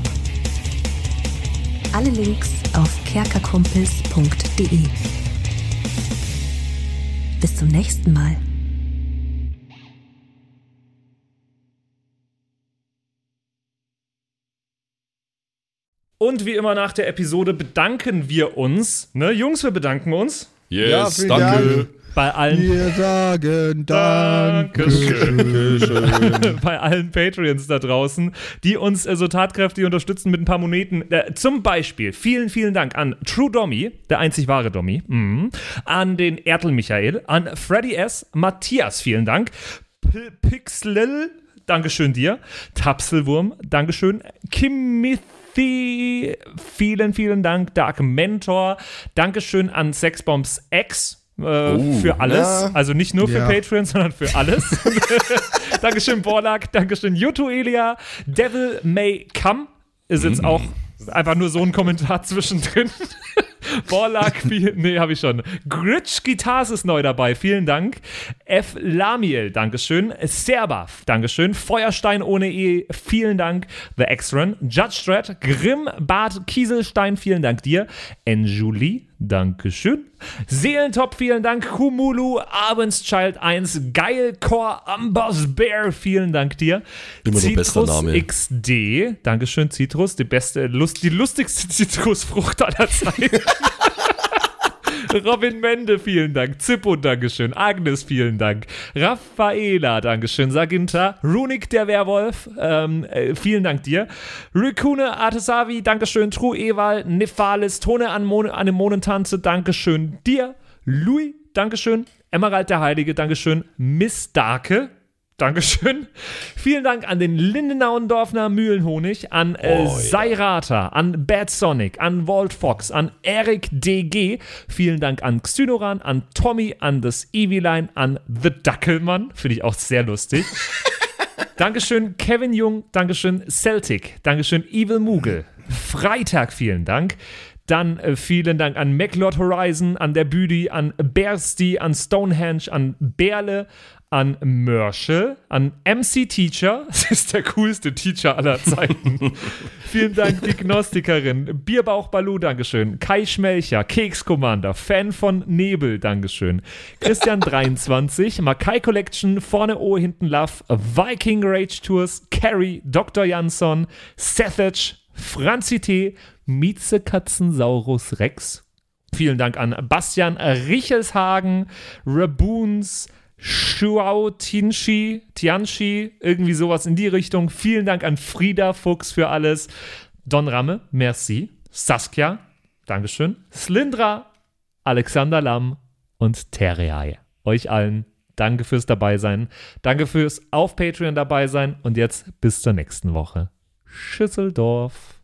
[SPEAKER 2] Alle Links auf kerkerkumpels.de. Bis zum nächsten Mal.
[SPEAKER 3] Und wie immer nach der Episode bedanken wir uns. Ne, Jungs, wir bedanken uns.
[SPEAKER 1] Yes,
[SPEAKER 5] ja,
[SPEAKER 1] danke.
[SPEAKER 5] Dank.
[SPEAKER 3] Bei allen.
[SPEAKER 5] Wir sagen Dankeschön.
[SPEAKER 3] Bei allen Patreons da draußen, die uns so tatkräftig unterstützen mit ein paar Moneten. Zum Beispiel vielen, vielen Dank an True Dommy, der einzig wahre Dommy, an den Ertel Michael, an Freddy S., Matthias, vielen Dank, Pixlil, Dankeschön dir, Tapselwurm, Dankeschön, Kimothy, vielen, vielen Dank, Dark Mentor, Dankeschön an Sexbombs X, für alles, ja. Also nicht nur für Patreon, sondern für alles. Dankeschön Borlak, Dankeschön Yuto Elia, Devil May Come ist jetzt auch einfach nur so ein Kommentar zwischendrin. Borlak, habe ich schon. Gritsch Guitars ist neu dabei, vielen Dank. F. Lamiel, Dankeschön. Serbaf, Dankeschön. Feuerstein ohne E, vielen Dank. The X-Run, Judge Dredd, Grimm, Bart Kieselstein, vielen Dank dir. Enjulie, Dankeschön. Seelentop, vielen Dank. Kumulu, Abendschild 1, Geilcore, Amboss Bear, vielen Dank dir.
[SPEAKER 1] Immer noch bester Name.
[SPEAKER 3] XD, Dankeschön, Citrus, die lustigste Zitrusfrucht aller Zeiten. Robin Mende, vielen Dank. Zippo, Dankeschön. Agnes, vielen Dank. Raffaela, Dankeschön. Saginta. Runik, der Werwolf, vielen Dank dir. Rikune, Artesavi, Dankeschön. True Ewal, Nephalis, Tone Anemonentanze, Dankeschön dir. Louis, Dankeschön. Emerald der Heilige, Dankeschön. Miss Darke, Dankeschön. Vielen Dank an den Lindenauendorfner Mühlenhonig, an Seirata, an Bad Sonic, an Walt Fox, an Eric DG. Vielen Dank an Xynoran, an Tommy, an das Eviline, an The Dackelmann. Finde ich auch sehr lustig. Dankeschön Kevin Jung, Dankeschön Celtic, Dankeschön Evil Moogle. Freitag, vielen Dank. Dann vielen Dank an MacLord Horizon, an der Büdi, an Bersti, an Stonehenge, an Berle, an Mörschel, an MC Teacher, das ist der coolste Teacher aller Zeiten. Vielen Dank, die Gnostikerin, Bierbauch Balu, Dankeschön, Kai Schmelcher, Keks Commander, Fan von Nebel, Dankeschön, Christian 23, Makai Collection, vorne O, hinten Love, Viking Rage Tours, Carrie, Dr. Jansson, Sethage, Franzi T., Mieze Katzensaurus Rex. Vielen Dank an Bastian Richelshagen, Raboons, Shuao Tianchi, irgendwie sowas in die Richtung. Vielen Dank an Frieda Fuchs für alles. Don Ramme, merci. Saskia, Dankeschön. Slindra, Alexander Lamm und Terreae. Euch allen danke fürs Dabeisein. Danke fürs auf Patreon dabei sein. Und jetzt bis zur nächsten Woche. Schüsseldorf.